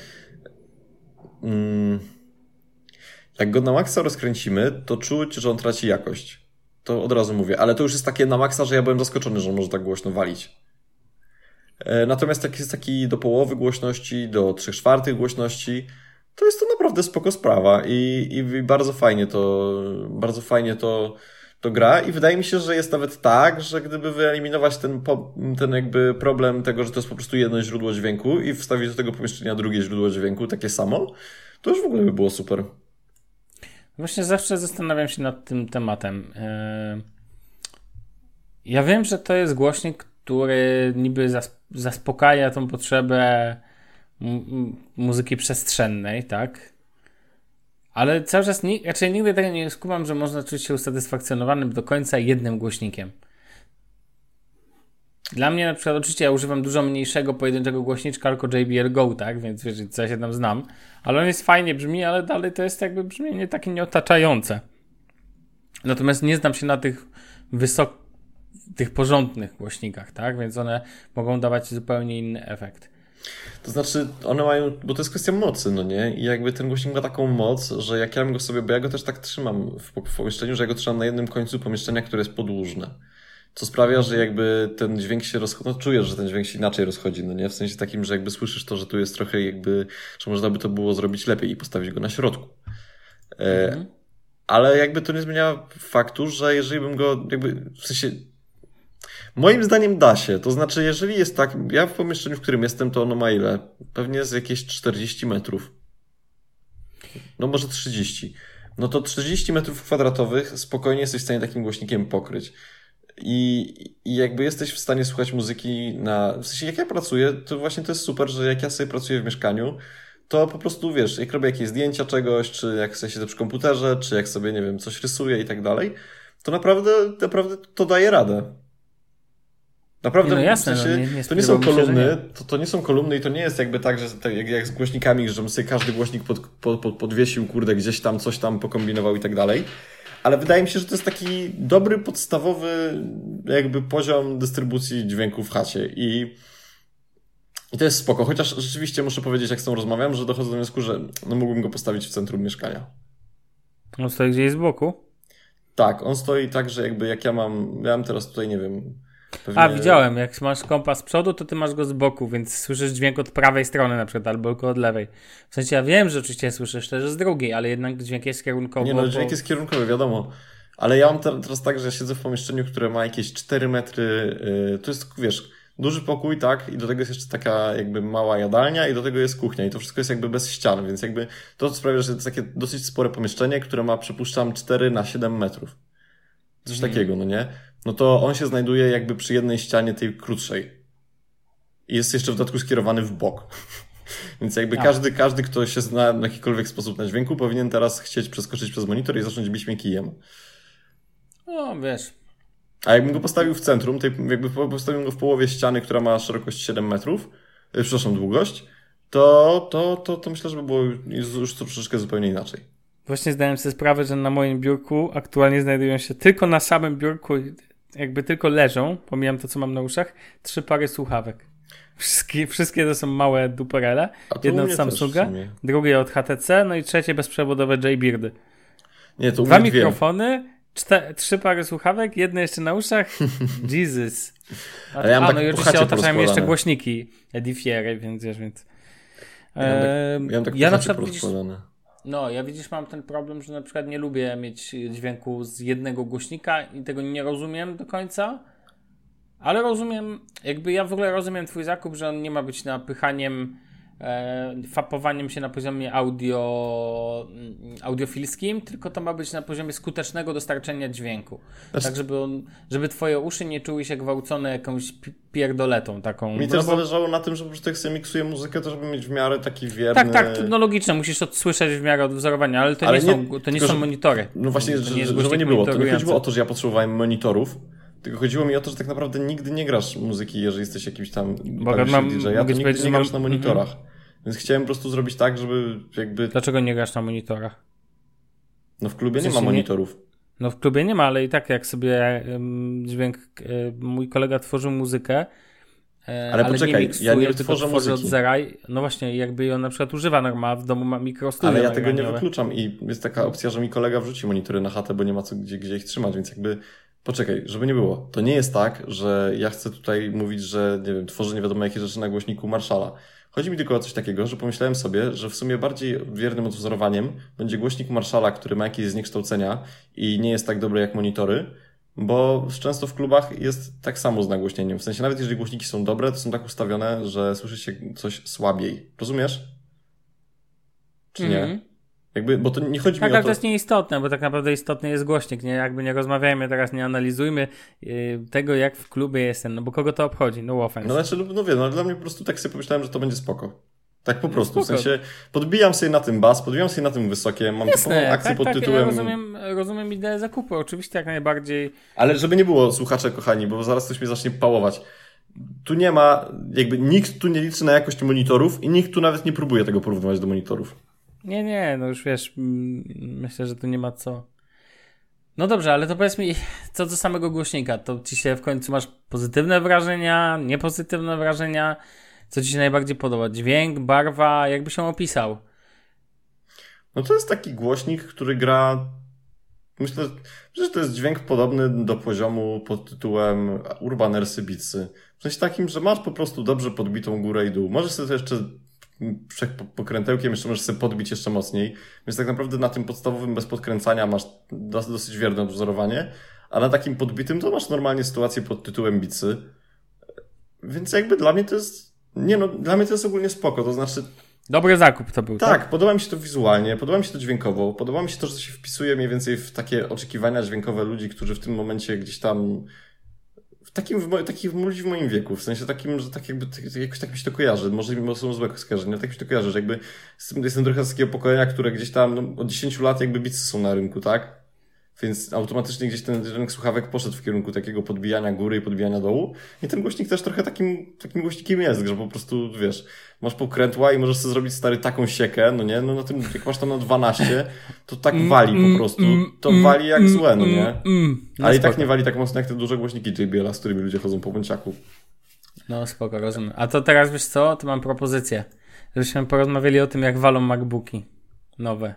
Mm, jak go na maksa rozkręcimy, to czuć, że on traci jakość. To od razu mówię, ale to już jest takie na maksa, że ja byłem zaskoczony, że on może tak głośno walić. Natomiast jak jest taki do połowy głośności, do trzech czwartych głośności, to jest to naprawdę spoko sprawa i, i bardzo fajnie to, bardzo fajnie to to gra i wydaje mi się, że jest nawet tak, że gdyby wyeliminować ten, po, ten jakby problem tego, że to jest po prostu jedno źródło dźwięku i wstawić do tego pomieszczenia drugie źródło dźwięku, takie samo, to już w ogóle by było super. Właśnie zawsze zastanawiam się nad tym tematem. Ja wiem, że to jest głośnik, który niby zaspokaja tą potrzebę mu- muzyki przestrzennej, tak? Ale cały czas, ni- raczej nigdy tego nie skumam, że można czuć się usatysfakcjonowanym do końca jednym głośnikiem. Dla mnie na przykład, oczywiście ja używam dużo mniejszego pojedynczego głośniczka, tylko J B L Go, tak? Więc wiesz, co ja się tam znam. Ale on jest fajnie brzmi, ale dalej to jest jakby brzmienie takie nieotaczające. Natomiast nie znam się na tych wysok... tych porządnych głośnikach, tak? Więc one mogą dawać zupełnie inny efekt. To znaczy, one mają, bo to jest kwestia mocy, no nie? I jakby ten głośnik ma taką moc, że jak ja bym go sobie, bo ja go też tak trzymam w, w pomieszczeniu, że ja go trzymam na jednym końcu pomieszczenia, które jest podłużne. Co sprawia, że jakby ten dźwięk się rozchodzi, no czujesz, że ten dźwięk się inaczej rozchodzi, no nie? W sensie takim, że jakby słyszysz to, że tu jest trochę jakby, że można by to było zrobić lepiej i postawić go na środku. E, mhm. Ale jakby to nie zmienia faktu, że jeżeli bym go jakby, w sensie moim zdaniem da się. To znaczy, jeżeli jest tak, ja w pomieszczeniu, w którym jestem, to ono ma ile? Pewnie z jakieś czterdzieści metrów. No może trzydzieści. No to trzydzieści metrów kwadratowych spokojnie jesteś w stanie takim głośnikiem pokryć. I, I jakby jesteś w stanie słuchać muzyki na... W sensie jak ja pracuję, to właśnie to jest super, że jak ja sobie pracuję w mieszkaniu, to po prostu wiesz, jak robię jakieś zdjęcia czegoś, czy jak sobie siedzę przy komputerze, czy jak sobie, nie wiem, coś rysuję i tak dalej, to naprawdę, naprawdę to daje radę. Naprawdę, no jasne, w sensie, no, nie, nie to nie są kolumny, się, nie. To, to nie są kolumny i to nie jest jakby tak, że tak jak, jak z głośnikami, że sobie każdy głośnik pod, pod, pod, podwiesił, kurde, gdzieś tam coś tam pokombinował i tak dalej. Ale wydaje mi się, że to jest taki dobry, podstawowy jakby poziom dystrybucji dźwięku w chacie i, i to jest spoko. Chociaż rzeczywiście muszę powiedzieć, jak z tą rozmawiam, że dochodzę do wniosku, że no mógłbym go postawić w centrum mieszkania. On stoi gdzieś z boku? Tak, on stoi tak, że jakby jak ja mam, ja mam teraz tutaj, nie wiem... Pewnie... A, widziałem, jak masz kompas z przodu, to ty masz go z boku, więc słyszysz dźwięk od prawej strony na przykład, albo tylko od lewej. W sensie ja wiem, że oczywiście słyszysz też z drugiej, ale jednak dźwięk jest kierunkowy. Nie no, dźwięk jest kierunkowy, wiadomo. Ale ja mam teraz tak, że ja siedzę w pomieszczeniu, które ma jakieś cztery metry, yy, to jest, wiesz, duży pokój, tak, i do tego jest jeszcze taka jakby mała jadalnia i do tego jest kuchnia i to wszystko jest jakby bez ścian, więc jakby to sprawia, że to jest takie dosyć spore pomieszczenie, które ma, przypuszczam, cztery na siedem metrów. Coś hmm. takiego, no nie? No to on się znajduje jakby przy jednej ścianie tej krótszej. I jest jeszcze w dodatku skierowany w bok. Więc jakby ja. każdy, każdy, kto się zna w jakikolwiek sposób na dźwięku, powinien teraz chcieć przeskoczyć przez monitor i zacząć bić mnie kijem. No, wiesz. A jakbym go postawił w centrum, tej, jakby postawił go w połowie ściany, która ma szerokość siedem metrów, yy, przepraszam, długość, to, to, to, to myślę, że by było już troszeczkę zupełnie inaczej. Właśnie zdałem sobie sprawę, że na moim biurku aktualnie znajdują się tylko na samym biurku, jakby tylko leżą, pomijam to, co mam na uszach, trzy pary słuchawek. Wszystkie, wszystkie to są małe duperele. Jedno od Samsunga, drugie od H T C, no i trzecie bezprzewodowe J-Beardy. Nie, to Dwa mikrofony, czte, trzy pary słuchawek, jedne jeszcze na uszach. Jesus. A, Ale ja mam a tak no i oczywiście otaczają jeszcze głośniki Edifiery, więc wiesz, więc... Ja mam tak, ja mam tak ja na przykład widzisz, no, ja widzisz, mam ten problem, że na przykład nie lubię mieć dźwięku z jednego głośnika i tego nie rozumiem do końca, ale rozumiem, jakby ja w ogóle rozumiem twój zakup, że on nie ma być napychaniem, e, fapowaniem się na poziomie audio, audiofilskim, tylko to ma być na poziomie skutecznego dostarczenia dźwięku. Znaczy... Tak, żeby, on, żeby twoje uszy nie czuły się gwałcone jakąś pierdoletą taką. Mi też no bo... zależało na tym, że po prostu jak sobie miksuję muzykę, to żeby mieć w miarę taki wierny... Tak, tak, no logicznie, musisz odsłyszeć w miarę odwzorowania, ale to ale nie, nie są, to nie tylko, są monitory. No właśnie, to że, nie żeby nie było, to nie chodziło o to, że ja potrzebowałem monitorów, tylko chodziło mi o to, że tak naprawdę nigdy nie grasz muzyki, jeżeli jesteś jakimś tam mam, D J, a to nigdy nie grasz mam... na monitorach. Mm-hmm. Więc chciałem po prostu zrobić tak, żeby jakby... Dlaczego nie grasz na monitorach? No w klubie w sensie nie ma monitorów. Nie... No w klubie nie ma, ale i tak jak sobie um, dźwięk, um, mój kolega tworzył muzykę, ale, ale poczekaj, nie miksuje, ja nie tworzę muzyki. Od zera, no właśnie, jakby on na przykład używa norma, w domu ma mikrostudio. Ale ja tego nie wykluczam i jest taka opcja, że mi kolega wrzuci monitory na chatę, bo nie ma co gdzie, gdzie ich trzymać, więc jakby Poczekaj, żeby nie było. To nie jest tak, że ja chcę tutaj mówić, że nie wiem, tworzę nie wiadomo jakie rzeczy na głośniku Marshalla. Chodzi mi tylko o coś takiego, że pomyślałem sobie, że w sumie bardziej wiernym odwzorowaniem będzie głośnik Marshalla, który ma jakieś zniekształcenia i nie jest tak dobry jak monitory, bo często w klubach jest tak samo z nagłośnieniem. W sensie nawet jeżeli głośniki są dobre, to są tak ustawione, że słyszy się coś słabiej. Rozumiesz? Czy nie? Mm. Jakby, bo to nie chodzi tak, mi o ale to... to jest nieistotne, bo tak naprawdę istotny jest głośnik, nie? Jakby nie rozmawiajmy teraz, nie analizujmy yy, tego, jak w klubie jest ten, no bo kogo to obchodzi? No offense. No znaczy, no wiem, no, ale dla mnie po prostu tak sobie pomyślałem, że to będzie spoko. Tak po prostu, spoko. w sensie podbijam sobie na tym bas, podbijam sobie na tym wysokie, mam Jasne, typową akcję tak, pod tak, tytułem... ja rozumiem, rozumiem ideę zakupu, oczywiście jak najbardziej. Ale żeby nie było, słuchacze kochani, bo zaraz ktoś mnie zacznie pałować. Tu nie ma, jakby nikt tu nie liczy na jakość monitorów i nikt tu nawet nie próbuje tego porównywać do monitorów. Nie, nie, no już wiesz, mm, myślę, że tu nie ma co. No dobrze, ale to powiedz mi, co do samego głośnika, to ci się w końcu masz pozytywne wrażenia, niepozytywne wrażenia? Co ci się najbardziej podoba? Dźwięk, barwa, jakby się opisał? No to jest taki głośnik, który gra... Myślę, że to jest dźwięk podobny do poziomu pod tytułem Urban Airsy Beatsy. W sensie takim, że masz po prostu dobrze podbitą górę i dół. Możesz sobie to jeszcze pokrętełkiem jeszcze możesz sobie podbić jeszcze mocniej. Więc tak naprawdę na tym podstawowym bez podkręcania masz dosyć wierne odwzorowanie, a na takim podbitym to masz normalnie sytuację pod tytułem Beatsy. Więc jakby dla mnie to jest... Nie no, dla mnie to jest ogólnie spoko, to znaczy... Dobry zakup to był, tak? Tak, podoba mi się to wizualnie, podoba mi się to dźwiękowo, podoba mi się to, że to się wpisuje mniej więcej w takie oczekiwania dźwiękowe ludzi, którzy w tym momencie gdzieś tam... W takim, w, takich ludzi w moim wieku, w sensie takim, że tak jakby, tak, jakoś tak mi się to kojarzy, może mimo są złe skojarzenia, ale tak mi się to kojarzy, że jakby jestem trochę z takiego pokolenia, które gdzieś tam no, od dziesięciu lat jakby beatsy są na rynku, tak? Więc automatycznie gdzieś ten rynek słuchawek poszedł w kierunku takiego podbijania góry i podbijania dołu. I ten głośnik też trochę takim, takim głośnikiem jest, że po prostu, wiesz, masz pokrętła i możesz sobie zrobić stary taką siekę, no nie? No na tym, jak masz tam na dwanaście, to tak wali po prostu. To wali jak złe, no nie? Ale i tak nie wali tak mocno jak te duże głośniki J B L-a, z którymi ludzie chodzą po bąciaku. No spoko, rozumiem. A to teraz wiesz co? To mam propozycję. Żebyśmy porozmawiali o tym, jak walą MacBooki nowe.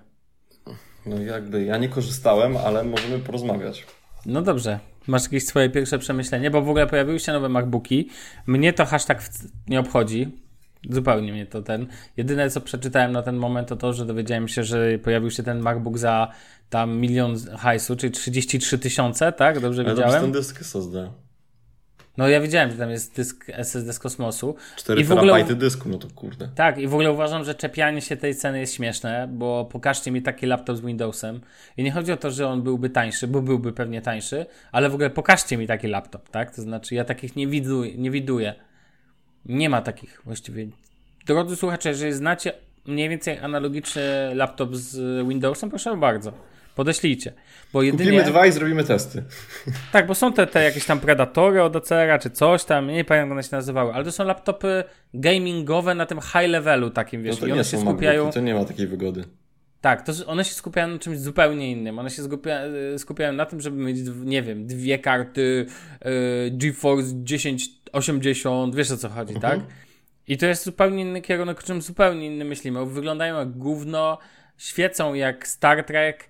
No jakby ja nie korzystałem, ale możemy porozmawiać. No dobrze. Masz jakieś swoje pierwsze przemyślenie? Bo w ogóle pojawiły się nowe MacBooki. Mnie to hashtag nie obchodzi. Zupełnie mnie to ten. Jedyne co przeczytałem na ten moment to to, że dowiedziałem się, że pojawił się ten MacBook za tam milion hajsu, czyli trzydzieści trzy tysiące, tak? Dobrze ale widziałem? Ale ten dysk S S D. No ja wiedziałem, że tam jest dysk S S D z kosmosu. cztery terabajty dysku, no to kurde. Tak, i w ogóle uważam, że czepianie się tej ceny jest śmieszne, bo pokażcie mi taki laptop z Windowsem. I nie chodzi o to, że on byłby tańszy, bo byłby pewnie tańszy, ale w ogóle pokażcie mi taki laptop, tak? To znaczy ja takich nie widuję. Nie, widuję. nie ma takich właściwie. Drodzy słuchacze, jeżeli znacie mniej więcej analogiczny laptop z Windowsem, proszę bardzo. Podeślijcie. Bo jedynie... Kupimy dwa i zrobimy testy. Tak, bo są te, te jakieś tam Predatory od Acera, czy coś tam, nie pamiętam jak one się nazywały, ale to są laptopy gamingowe na tym high levelu takim, wiesz, no to i nie one są się skupiają... MacBooki, to nie ma takiej wygody. Tak, to one się skupiają na czymś zupełnie innym. One się skupia, skupiają na tym, żeby mieć, nie wiem, dwie karty yy, GeForce tysiąc osiemdziesiąt, wiesz o co chodzi, uh-huh. tak? I to jest zupełnie inny kierunek, o czym zupełnie inny myślimy. Wyglądają jak gówno, świecą jak Star Trek,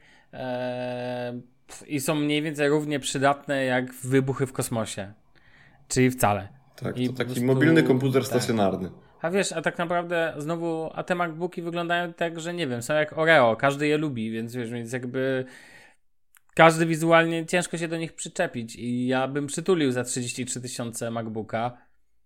Eee, i są mniej więcej równie przydatne jak wybuchy w kosmosie. Czyli wcale. Tak, I to taki prostu, mobilny komputer tak. stacjonarny. A wiesz, a tak naprawdę znowu, a te MacBooki wyglądają tak, że nie wiem, są jak Oreo, każdy je lubi, więc wiesz, więc jakby każdy wizualnie ciężko się do nich przyczepić i ja bym przytulił za trzydzieści trzy tysiące MacBooka.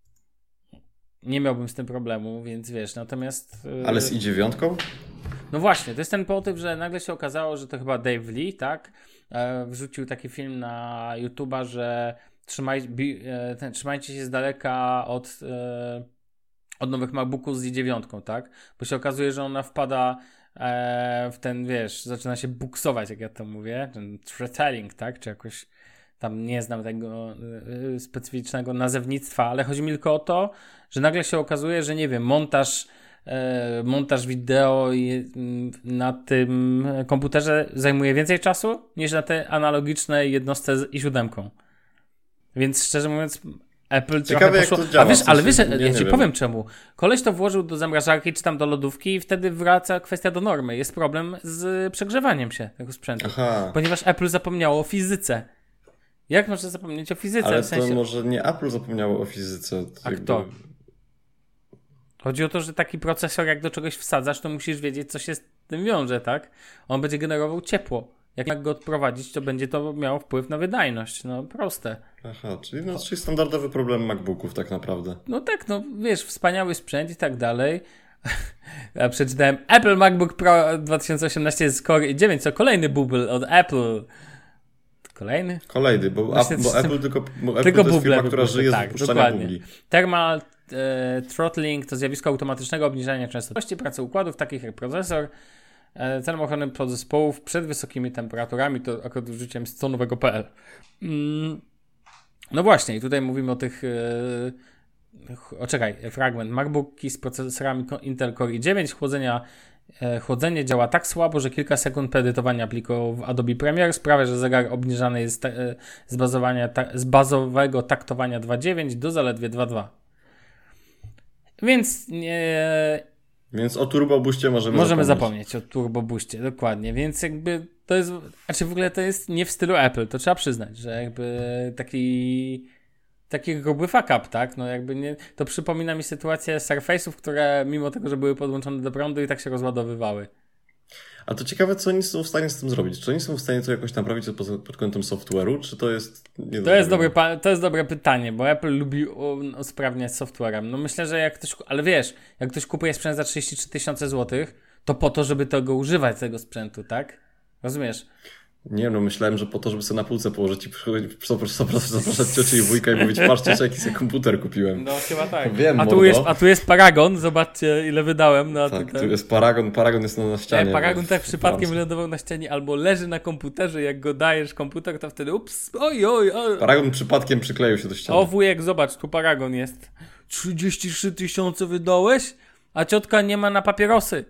Nie miałbym z tym problemu, więc wiesz, natomiast... Yy... Ale z i dziewięć? No właśnie, to jest ten motyw, że nagle się okazało, że to chyba Dave Lee, tak, e, wrzucił taki film na YouTube'a, że trzymaj, bi, e, ten, trzymajcie się z daleka od, e, od nowych MacBooków z i dziewięć, tak, bo się okazuje, że ona wpada e, w ten, wiesz, zaczyna się buksować, jak ja to mówię, ten throttling, tak, czy jakoś tam nie znam tego e, specyficznego nazewnictwa, ale chodzi mi tylko o to, że nagle się okazuje, że nie wiem, montaż montaż wideo na tym komputerze zajmuje więcej czasu niż na te analogiczne jednostce z i siedem. Więc szczerze mówiąc Apple Ciekawe, trochę poszło... jak to działa, A wiesz, w sensie, ale wiesz, nie, ja nie ci wiem. powiem czemu. Koleś to włożył do zamrażarki czy tam do lodówki i wtedy wraca kwestia do normy. Jest problem z przegrzewaniem się tego sprzętu. Aha. Ponieważ Apple zapomniało o fizyce. Jak można zapomnieć o fizyce? Ale w sensie... to może nie Apple zapomniało o fizyce. A jakby... kto? Chodzi o to, że taki procesor jak do czegoś wsadzasz, to musisz wiedzieć, co się z tym wiąże, tak? On będzie generował ciepło. Jak go odprowadzić, to będzie to miało wpływ na wydajność. No proste. Aha, czyli, no, czyli standardowy problem MacBooków tak naprawdę. No tak, no wiesz, wspaniały sprzęt i tak dalej. Ja przeczytałem Apple MacBook Pro dwa tysiące osiemnaście z Core i dziewięć, co kolejny bubel od Apple. Kolejny? Kolejny, bo, Właśnie bo system... Apple tylko, bo Apple tylko to jest firma, buble która wypuszcza, żyje tak, z wypuszczania dokładnie. bubli. Thermal e, throttling to zjawisko automatycznego obniżania częstotliwości pracy układów, takich jak procesor, e, celem ochrony podzespołów przed wysokimi temperaturami, to akurat wrzuciłem z conowego kropka p l. Mm, no właśnie, i tutaj mówimy o tych e, o czekaj, fragment. MacBooki z procesorami Intel Core i dziewięć, chłodzenia Chłodzenie działa tak słabo, że kilka sekund po edytowaniu pliku w Adobe Premiere sprawia, że zegar obniżany jest z, bazowania, z bazowego taktowania dwa przecinek dziewięć do zaledwie dwa przecinek dwa. Więc nie... Więc o Turbo Boostie możemy, możemy zapomnieć. zapomnieć. o Turbo Boostie, dokładnie. Więc jakby to jest... Znaczy w ogóle to jest nie w stylu Apple, to trzeba przyznać, że jakby taki... Taki gruby fuck up, tak? No jakby nie, to przypomina mi sytuację Surface'ów, które mimo tego, że były podłączone do prądu i tak się rozładowywały. A to ciekawe, co oni są w stanie z tym zrobić. Czy oni są w stanie to jakoś naprawić pod, pod kątem software'u, czy to jest... Nie to, jest dobre, to jest dobre pytanie, bo Apple lubi usprawniać software'em. No myślę, że jak ktoś... Ale wiesz, jak ktoś kupuje sprzęt za trzydzieści trzy tysiące złotych, to po to, żeby tego używać, tego sprzętu, tak? Rozumiesz? Nie wiem, no myślałem, że po to, żeby sobie na półce położyć i zapraszać ciocię i wujka i mówić, patrzcie, jaki sobie komputer kupiłem. No chyba tak. Wiem, a, tu jest, a tu jest Paragon, zobaczcie ile wydałem na tak, ten. Tu jest Paragon, Paragon jest na ścianie. Nie, Paragon tak przypadkiem wylądował na ścianie albo leży na komputerze, jak go dajesz komputer, to wtedy ups, oj, oj, oj. Paragon przypadkiem przykleił się do ściany. O wujek, zobacz, tu Paragon jest. trzydzieści trzy tysiące wydałeś, a ciotka nie ma na papierosy.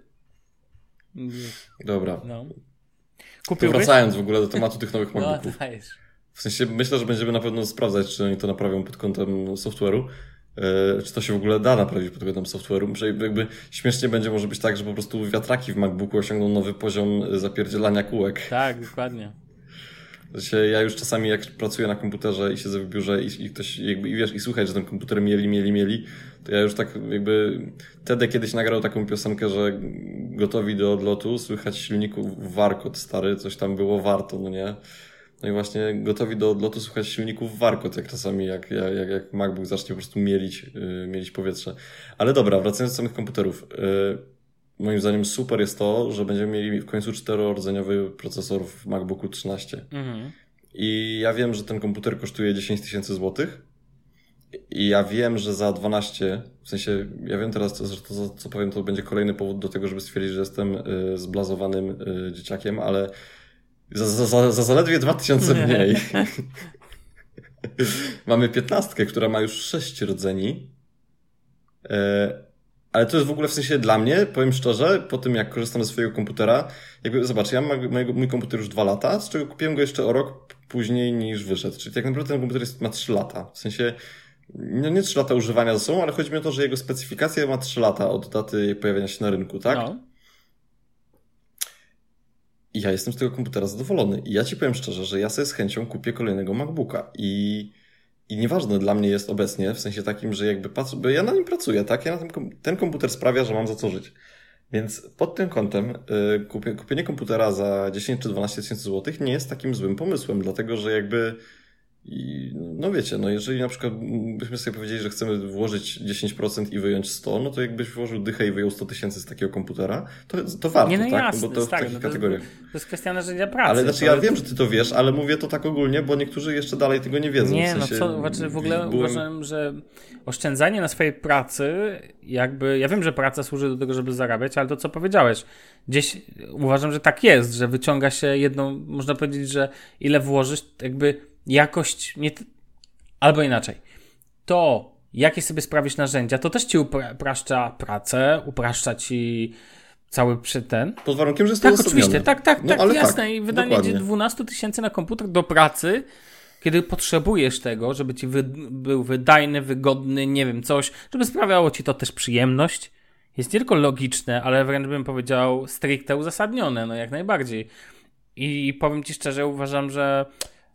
Dobra. No. To wracając w ogóle do tematu tych nowych MacBooków. No, w sensie myślę, że będziemy na pewno sprawdzać, czy oni to naprawią pod kątem software'u. Yy, czy to się w ogóle da naprawić pod kątem software'u. Że jakby śmiesznie będzie może być tak, że po prostu wiatraki w MacBooku osiągną nowy poziom zapierdzielania kółek. Tak, dokładnie. Ja już czasami jak pracuję na komputerze i siedzę w biurze i, i ktoś jakby, i wiesz, i słuchaj, że ten komputer mieli, mieli, mieli, to ja już tak jakby Tede kiedyś nagrał taką piosenkę, że gotowi do odlotu, słychać silników warkot stary, coś tam było warto, no nie? No i właśnie gotowi do odlotu słychać silników warkot, jak czasami jak, jak, jak MacBook zacznie po prostu mielić, yy, mielić powietrze. Ale dobra, wracając do samych komputerów. Yy, Moim zdaniem super jest to, że będziemy mieli w końcu czterorodzeniowy procesor w MacBooku trzynaście. Mhm. I ja wiem, że ten komputer kosztuje dziesięć tysięcy złotych. I ja wiem, że za dwanaście, w sensie, ja wiem teraz, że to, co powiem, to będzie kolejny powód do tego, żeby stwierdzić, że jestem y, zblazowanym y, dzieciakiem, ale za, za, za, za zaledwie dwa tysiące mniej mamy piętnastkę, która ma już sześć rdzeni. Y, Ale to jest w ogóle w sensie dla mnie, powiem szczerze, po tym jak korzystam ze swojego komputera, jakby zobacz, ja mam mojego, mój komputer już dwa lata, z czego kupiłem go jeszcze o rok później niż wyszedł. Czyli tak naprawdę ten komputer jest, ma trzy lata. W sensie, no nie trzy lata używania ze sobą, ale chodzi mi o to, że jego specyfikacja ma trzy lata od daty pojawienia się na rynku, tak? No. I ja jestem z tego komputera zadowolony. I ja ci powiem szczerze, że ja sobie z chęcią kupię kolejnego MacBooka. I I nieważne dla mnie jest obecnie, w sensie takim, że jakby patrzę, bo ja na nim pracuję, tak? Ja na tym, ten komputer sprawia, że mam za co żyć. Więc pod tym kątem y, kupię, kupienie komputera za dziesięć czy dwanaście tysięcy złotych nie jest takim złym pomysłem, dlatego że jakby i, no wiecie, no jeżeli na przykład byśmy sobie powiedzieli, że chcemy włożyć dziesięć procent i wyjąć sto, no to jakbyś włożył dychę i wyjął sto tysięcy z takiego komputera, to, to warto, nie, no tak? Jasne, bo to stary, w takich no to, kategoriach. To jest kwestia narzędzia pracy. Ale znaczy ja wiem, że ty to wiesz, ale mówię to tak ogólnie, bo niektórzy jeszcze dalej tego nie wiedzą. Nie, w sensie, no co, znaczy w ogóle byłem... uważam, że oszczędzanie na swojej pracy, jakby, ja wiem, że praca służy do tego, żeby zarabiać, ale to co powiedziałeś, gdzieś uważam, że tak jest, że wyciąga się jedną, można powiedzieć, że ile włożysz, jakby jakość, nie, albo inaczej, to jakie sobie sprawisz narzędzia, to też ci upraszcza pracę, upraszcza ci cały przy ten. Pod warunkiem, że jest tak, to oczywiście, tak, tak, no, tak, ale jasne. tak, I wydanie dokładnie. dwanaście tysięcy na komputer do pracy, kiedy potrzebujesz tego, żeby ci wy, był wydajny, wygodny, nie wiem, coś, żeby sprawiało ci to też przyjemność, jest nie tylko logiczne, ale wręcz bym powiedział stricte uzasadnione, no jak najbardziej. I powiem ci szczerze, uważam, że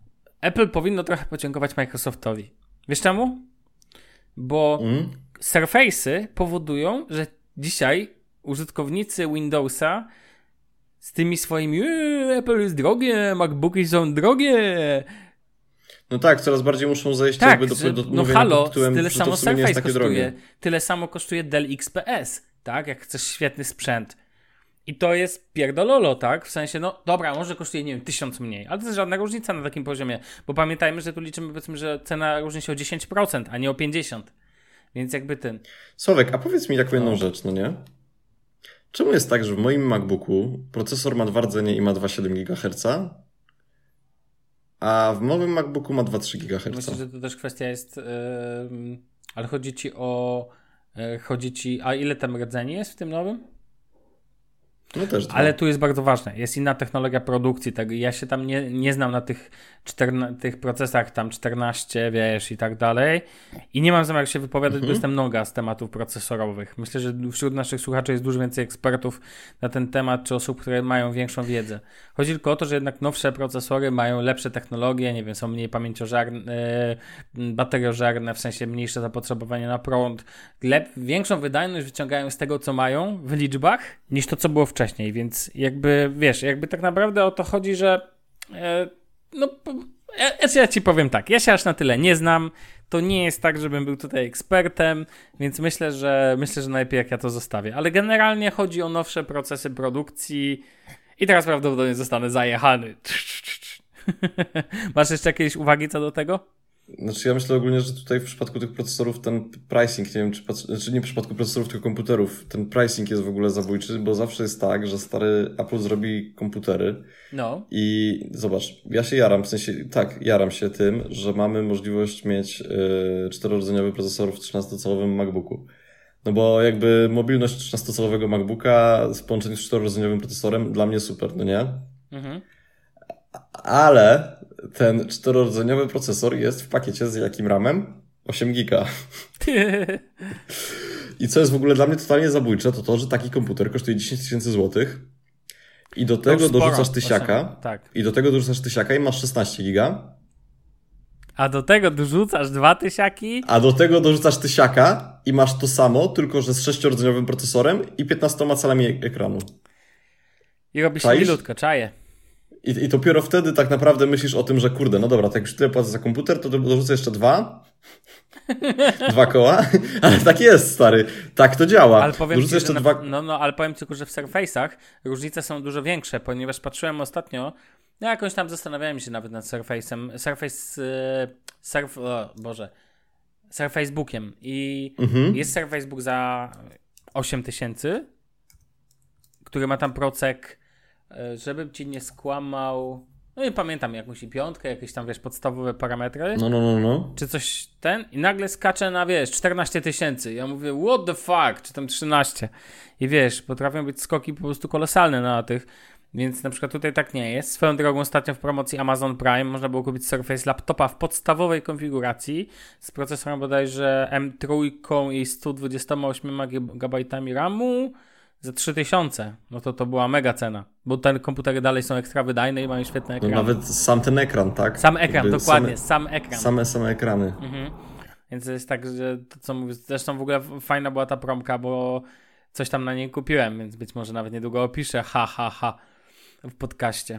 Apple powinno trochę podziękować Microsoftowi. Wiesz czemu? Bo mm. Surface'y powodują, że dzisiaj użytkownicy Windowsa z tymi swoimi eee, Apple jest drogie, MacBooki są drogie. No tak, coraz bardziej muszą zejść tak, jakby do, że, do, do no mówienia halo, pod tytułem, tyle że samo to w sumie nie jest takie kosztuje, drogie. Tyle samo kosztuje Dell X P S, tak? Jak chcesz świetny sprzęt. I to jest pierdololo, tak? W sensie, no dobra, może kosztuje, nie wiem, tysiąc mniej, ale to jest żadna różnica na takim poziomie, bo pamiętajmy, że tu liczymy, powiedzmy, że cena różni się o dziesięć procent, a nie o pięćdziesiąt procent. Więc jakby ten... Sławek, a powiedz mi taką jedną no. rzecz, no nie? Czemu jest tak, że w moim MacBooku procesor ma dwa rdzenie i ma dwa przecinek siedem gigaherca, a w nowym MacBooku ma dwa przecinek trzy gigaherca? Myślę, że to też kwestia jest... Yy, ale chodzi ci o... Yy, chodzi ci... A ile tam rdzeni jest w tym nowym? No też ale tu jest bardzo ważne, jest inna technologia produkcji, tak? Ja się tam nie, nie znam na tych, czterna- tych procesach tam czternaście, wiesz, i tak dalej i nie mam zamiaru się wypowiadać, mhm. bo jestem noga z tematów procesorowych. Myślę, że wśród naszych słuchaczy jest dużo więcej ekspertów na ten temat, czy osób, które mają większą wiedzę. Chodzi tylko o to, że jednak nowsze procesory mają lepsze technologie, nie wiem, są mniej pamięciożarne, yy, bateriożarne, w sensie mniejsze zapotrzebowanie na prąd, lep- większą wydajność wyciągają z tego, co mają w liczbach, niż to, co było wcześniej. Wcześniej, więc jakby, wiesz, jakby tak naprawdę o to chodzi, że e, no, ja, ja ci powiem tak, ja się aż na tyle nie znam, to nie jest tak, żebym był tutaj ekspertem, więc myślę, że myślę, że najlepiej jak ja to zostawię, ale generalnie chodzi o nowsze procesy produkcji i teraz prawdopodobnie zostanę zajechany. Masz jeszcze jakieś uwagi co do tego? Znaczy ja myślę ogólnie, że tutaj w przypadku tych procesorów ten pricing, nie wiem, czy, czy nie w przypadku procesorów, tylko komputerów, ten pricing jest w ogóle zabójczy, bo zawsze jest tak, że stary Apple zrobi komputery no. i zobacz, ja się jaram, w sensie tak, jaram się tym, że mamy możliwość mieć yy, czterordzeniowy procesor w trzynastocalowym MacBooku. No bo jakby mobilność trzynastocalowego MacBooka w połączeniu z czterordzeniowym procesorem dla mnie super, no nie? Mhm. Ale ten czterordzeniowy procesor jest w pakiecie z jakim ramem? osiem giga. I co jest w ogóle dla mnie totalnie zabójcze, to to, że taki komputer kosztuje dziesięć tysięcy złotych i do tego dorzucasz tysiaka osiem, tak. i do tego dorzucasz tysiaka i masz szesnaście giga. A do tego dorzucasz dwa tysiaki? A do tego dorzucasz tysiaka i masz to samo, tylko że z sześciordzeniowym procesorem i piętnastoma calami ekranu. I robisz się milutko, czaję. I, I dopiero wtedy tak naprawdę myślisz o tym, że kurde, no dobra, tak już tyle płacę za komputer, to dorzucę jeszcze dwa. dwa koła. Ale tak jest, stary. Tak to działa. Ale powiem ci, jeszcze na, dwa... no, no, ale powiem tylko, że w Surface'ach różnice są dużo większe, ponieważ patrzyłem ostatnio, ja jakoś tam zastanawiałem się nawet nad Surface'em. Surface... Yy, surf, o Boże. Surfacebookiem. I mhm. jest Surfacebook za osiem tysięcy, który ma tam procek, żebym ci nie skłamał, no nie pamiętam, jakąś i piątkę, jakieś tam, wiesz, podstawowe parametry. No, no, no, no. Czy coś ten? I nagle skacze na, wiesz, czternaście tysięcy. Ja mówię, what the fuck? Czy tam trzynaście? I wiesz, potrafią być skoki po prostu kolosalne na tych, więc na przykład tutaj tak nie jest. Swoją drogą ostatnio w promocji Amazon Prime można było kupić Surface laptopa w podstawowej konfiguracji z procesorem bodajże M trzy i sto dwadzieścia osiem gigabajtów ramu za trzy tysiące, no to to była mega cena, bo te komputery dalej są ekstra wydajne i mają świetne ekrany. No nawet sam ten ekran, tak? Sam ekran, Jakby dokładnie, same, sam ekran. Same, same ekrany. Mhm. Więc to jest tak, że to co mówię, zresztą w ogóle fajna była ta promka, bo coś tam na niej kupiłem, więc być może nawet niedługo opiszę, ha, ha, ha, w podcaście.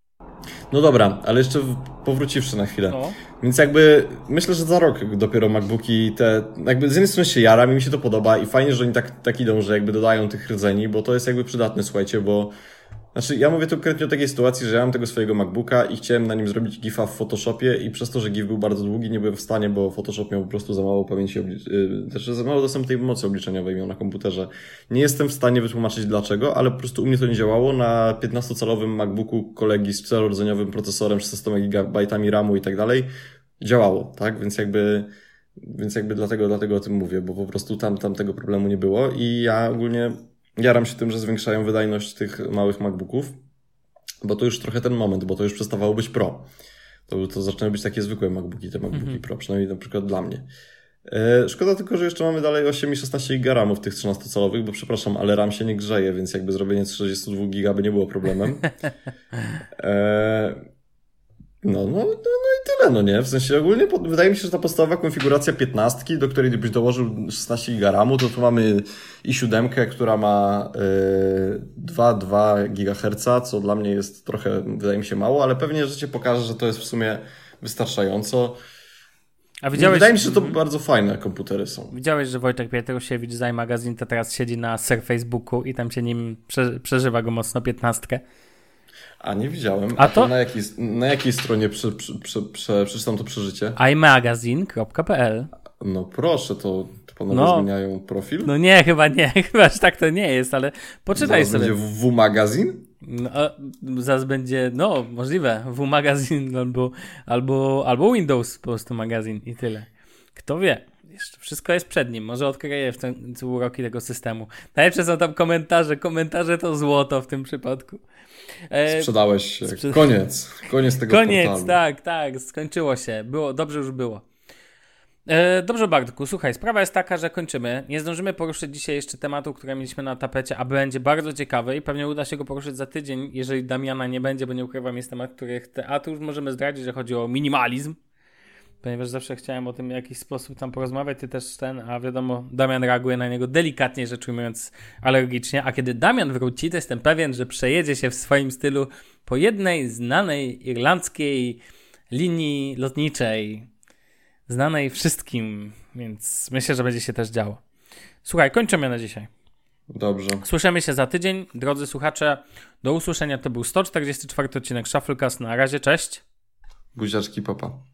No dobra, ale jeszcze powróciwszy na chwilę. No. Więc jakby myślę, że za rok dopiero MacBooki te, jakby z jednej strony się jaram i mi się to podoba i fajnie, że oni tak, tak idą, że jakby dodają tych rdzeni, bo to jest jakby przydatne, słuchajcie, bo znaczy ja mówię tu konkretnie o takiej sytuacji, że ja mam tego swojego MacBooka i chciałem na nim zrobić gifa w Photoshopie i przez to, że gif był bardzo długi, nie byłem w stanie, bo Photoshop miał po prostu za mało pamięci, oblicz... yy, też za mało dostępnej mocy obliczeniowej miał na komputerze. Nie jestem w stanie wytłumaczyć dlaczego, ale po prostu u mnie to nie działało. Na piętnastocalowym MacBooku kolegi z czterordzeniowym procesorem, szesnastoma gigabajtami ramu i tak dalej działało, tak? Więc jakby więc jakby dlatego, dlatego o tym mówię, bo po prostu tam, tam tego problemu nie było i ja ogólnie jaram się tym, że zwiększają wydajność tych małych MacBooków, bo to już trochę ten moment, bo to już przestawało być Pro. To, to zaczynają być takie zwykłe MacBooki, te MacBooki mm-hmm. Pro, przynajmniej na przykład dla mnie. E, szkoda tylko, że jeszcze mamy dalej osiem i szesnaście giga ramów tych trzynastocalowych, bo przepraszam, ale RAM się nie grzeje, więc jakby zrobienie trzydzieści dwa giga by nie było problemem. E, No, no, no, no i tyle, no nie? W sensie ogólnie pod, wydaje mi się, że ta podstawowa konfiguracja piętnastki, do której byś dołożył szesnaście giga ramu, to tu mamy i siedem, która ma yy, dwa przecinek dwa gigaherca, co dla mnie jest trochę, wydaje mi się, mało, ale pewnie życie pokaże, że to jest w sumie wystarczająco. A widziałeś... Wydaje mi się, że to mm-hmm. bardzo fajne komputery są. Widziałeś, że Wojtek Pietrosiewicz z iMagazine to teraz siedzi na Surfacebooku i tam się nim prze, przeżywa go mocno piętnastkę. A nie widziałem. A, A to na jakiej, na jakiej stronie prze, prze, prze, prze, przeczytam to przeżycie? imagazine kropka p l. No proszę, to panowie no, zmieniają profil? No nie, chyba nie, chyba że tak to nie jest, ale poczytaj zaraz sobie. Będzie W-magazin? No, zaraz będzie, no możliwe, W-magazin albo, albo, albo Windows po prostu magazyn i tyle. Kto wie? Jeszcze wszystko jest przed nim. Może odkryje w ten uroki tego systemu. Najlepsze są tam komentarze. Komentarze to złoto w tym przypadku. E, Sprzedałeś się. Sprzed... Koniec. Koniec tego Koniec, portalu. tak, tak. Skończyło się. Było, dobrze już było. E, dobrze, Bartku. Słuchaj, sprawa jest taka, że kończymy. Nie zdążymy poruszyć dzisiaj jeszcze tematu, który mieliśmy na tapecie, a będzie bardzo ciekawy i pewnie uda się go poruszyć za tydzień, jeżeli Damiana nie będzie, bo nie ukrywam, jest temat, który chcę. A tu już możemy zdradzić, że chodzi o minimalizm. Ponieważ zawsze chciałem o tym w jakiś sposób tam porozmawiać, ty też ten, a wiadomo, Damian reaguje na niego delikatnie, rzecz ujmując alergicznie, a kiedy Damian wróci, to jestem pewien, że przejedzie się w swoim stylu po jednej znanej irlandzkiej linii lotniczej, znanej wszystkim, więc myślę, że będzie się też działo. Słuchaj, kończymy na dzisiaj. Dobrze. Słyszymy się za tydzień, drodzy słuchacze, do usłyszenia, to był sto czterdziesty czwarty odcinek Shufflecast, na razie, cześć. Buziaczki, papa.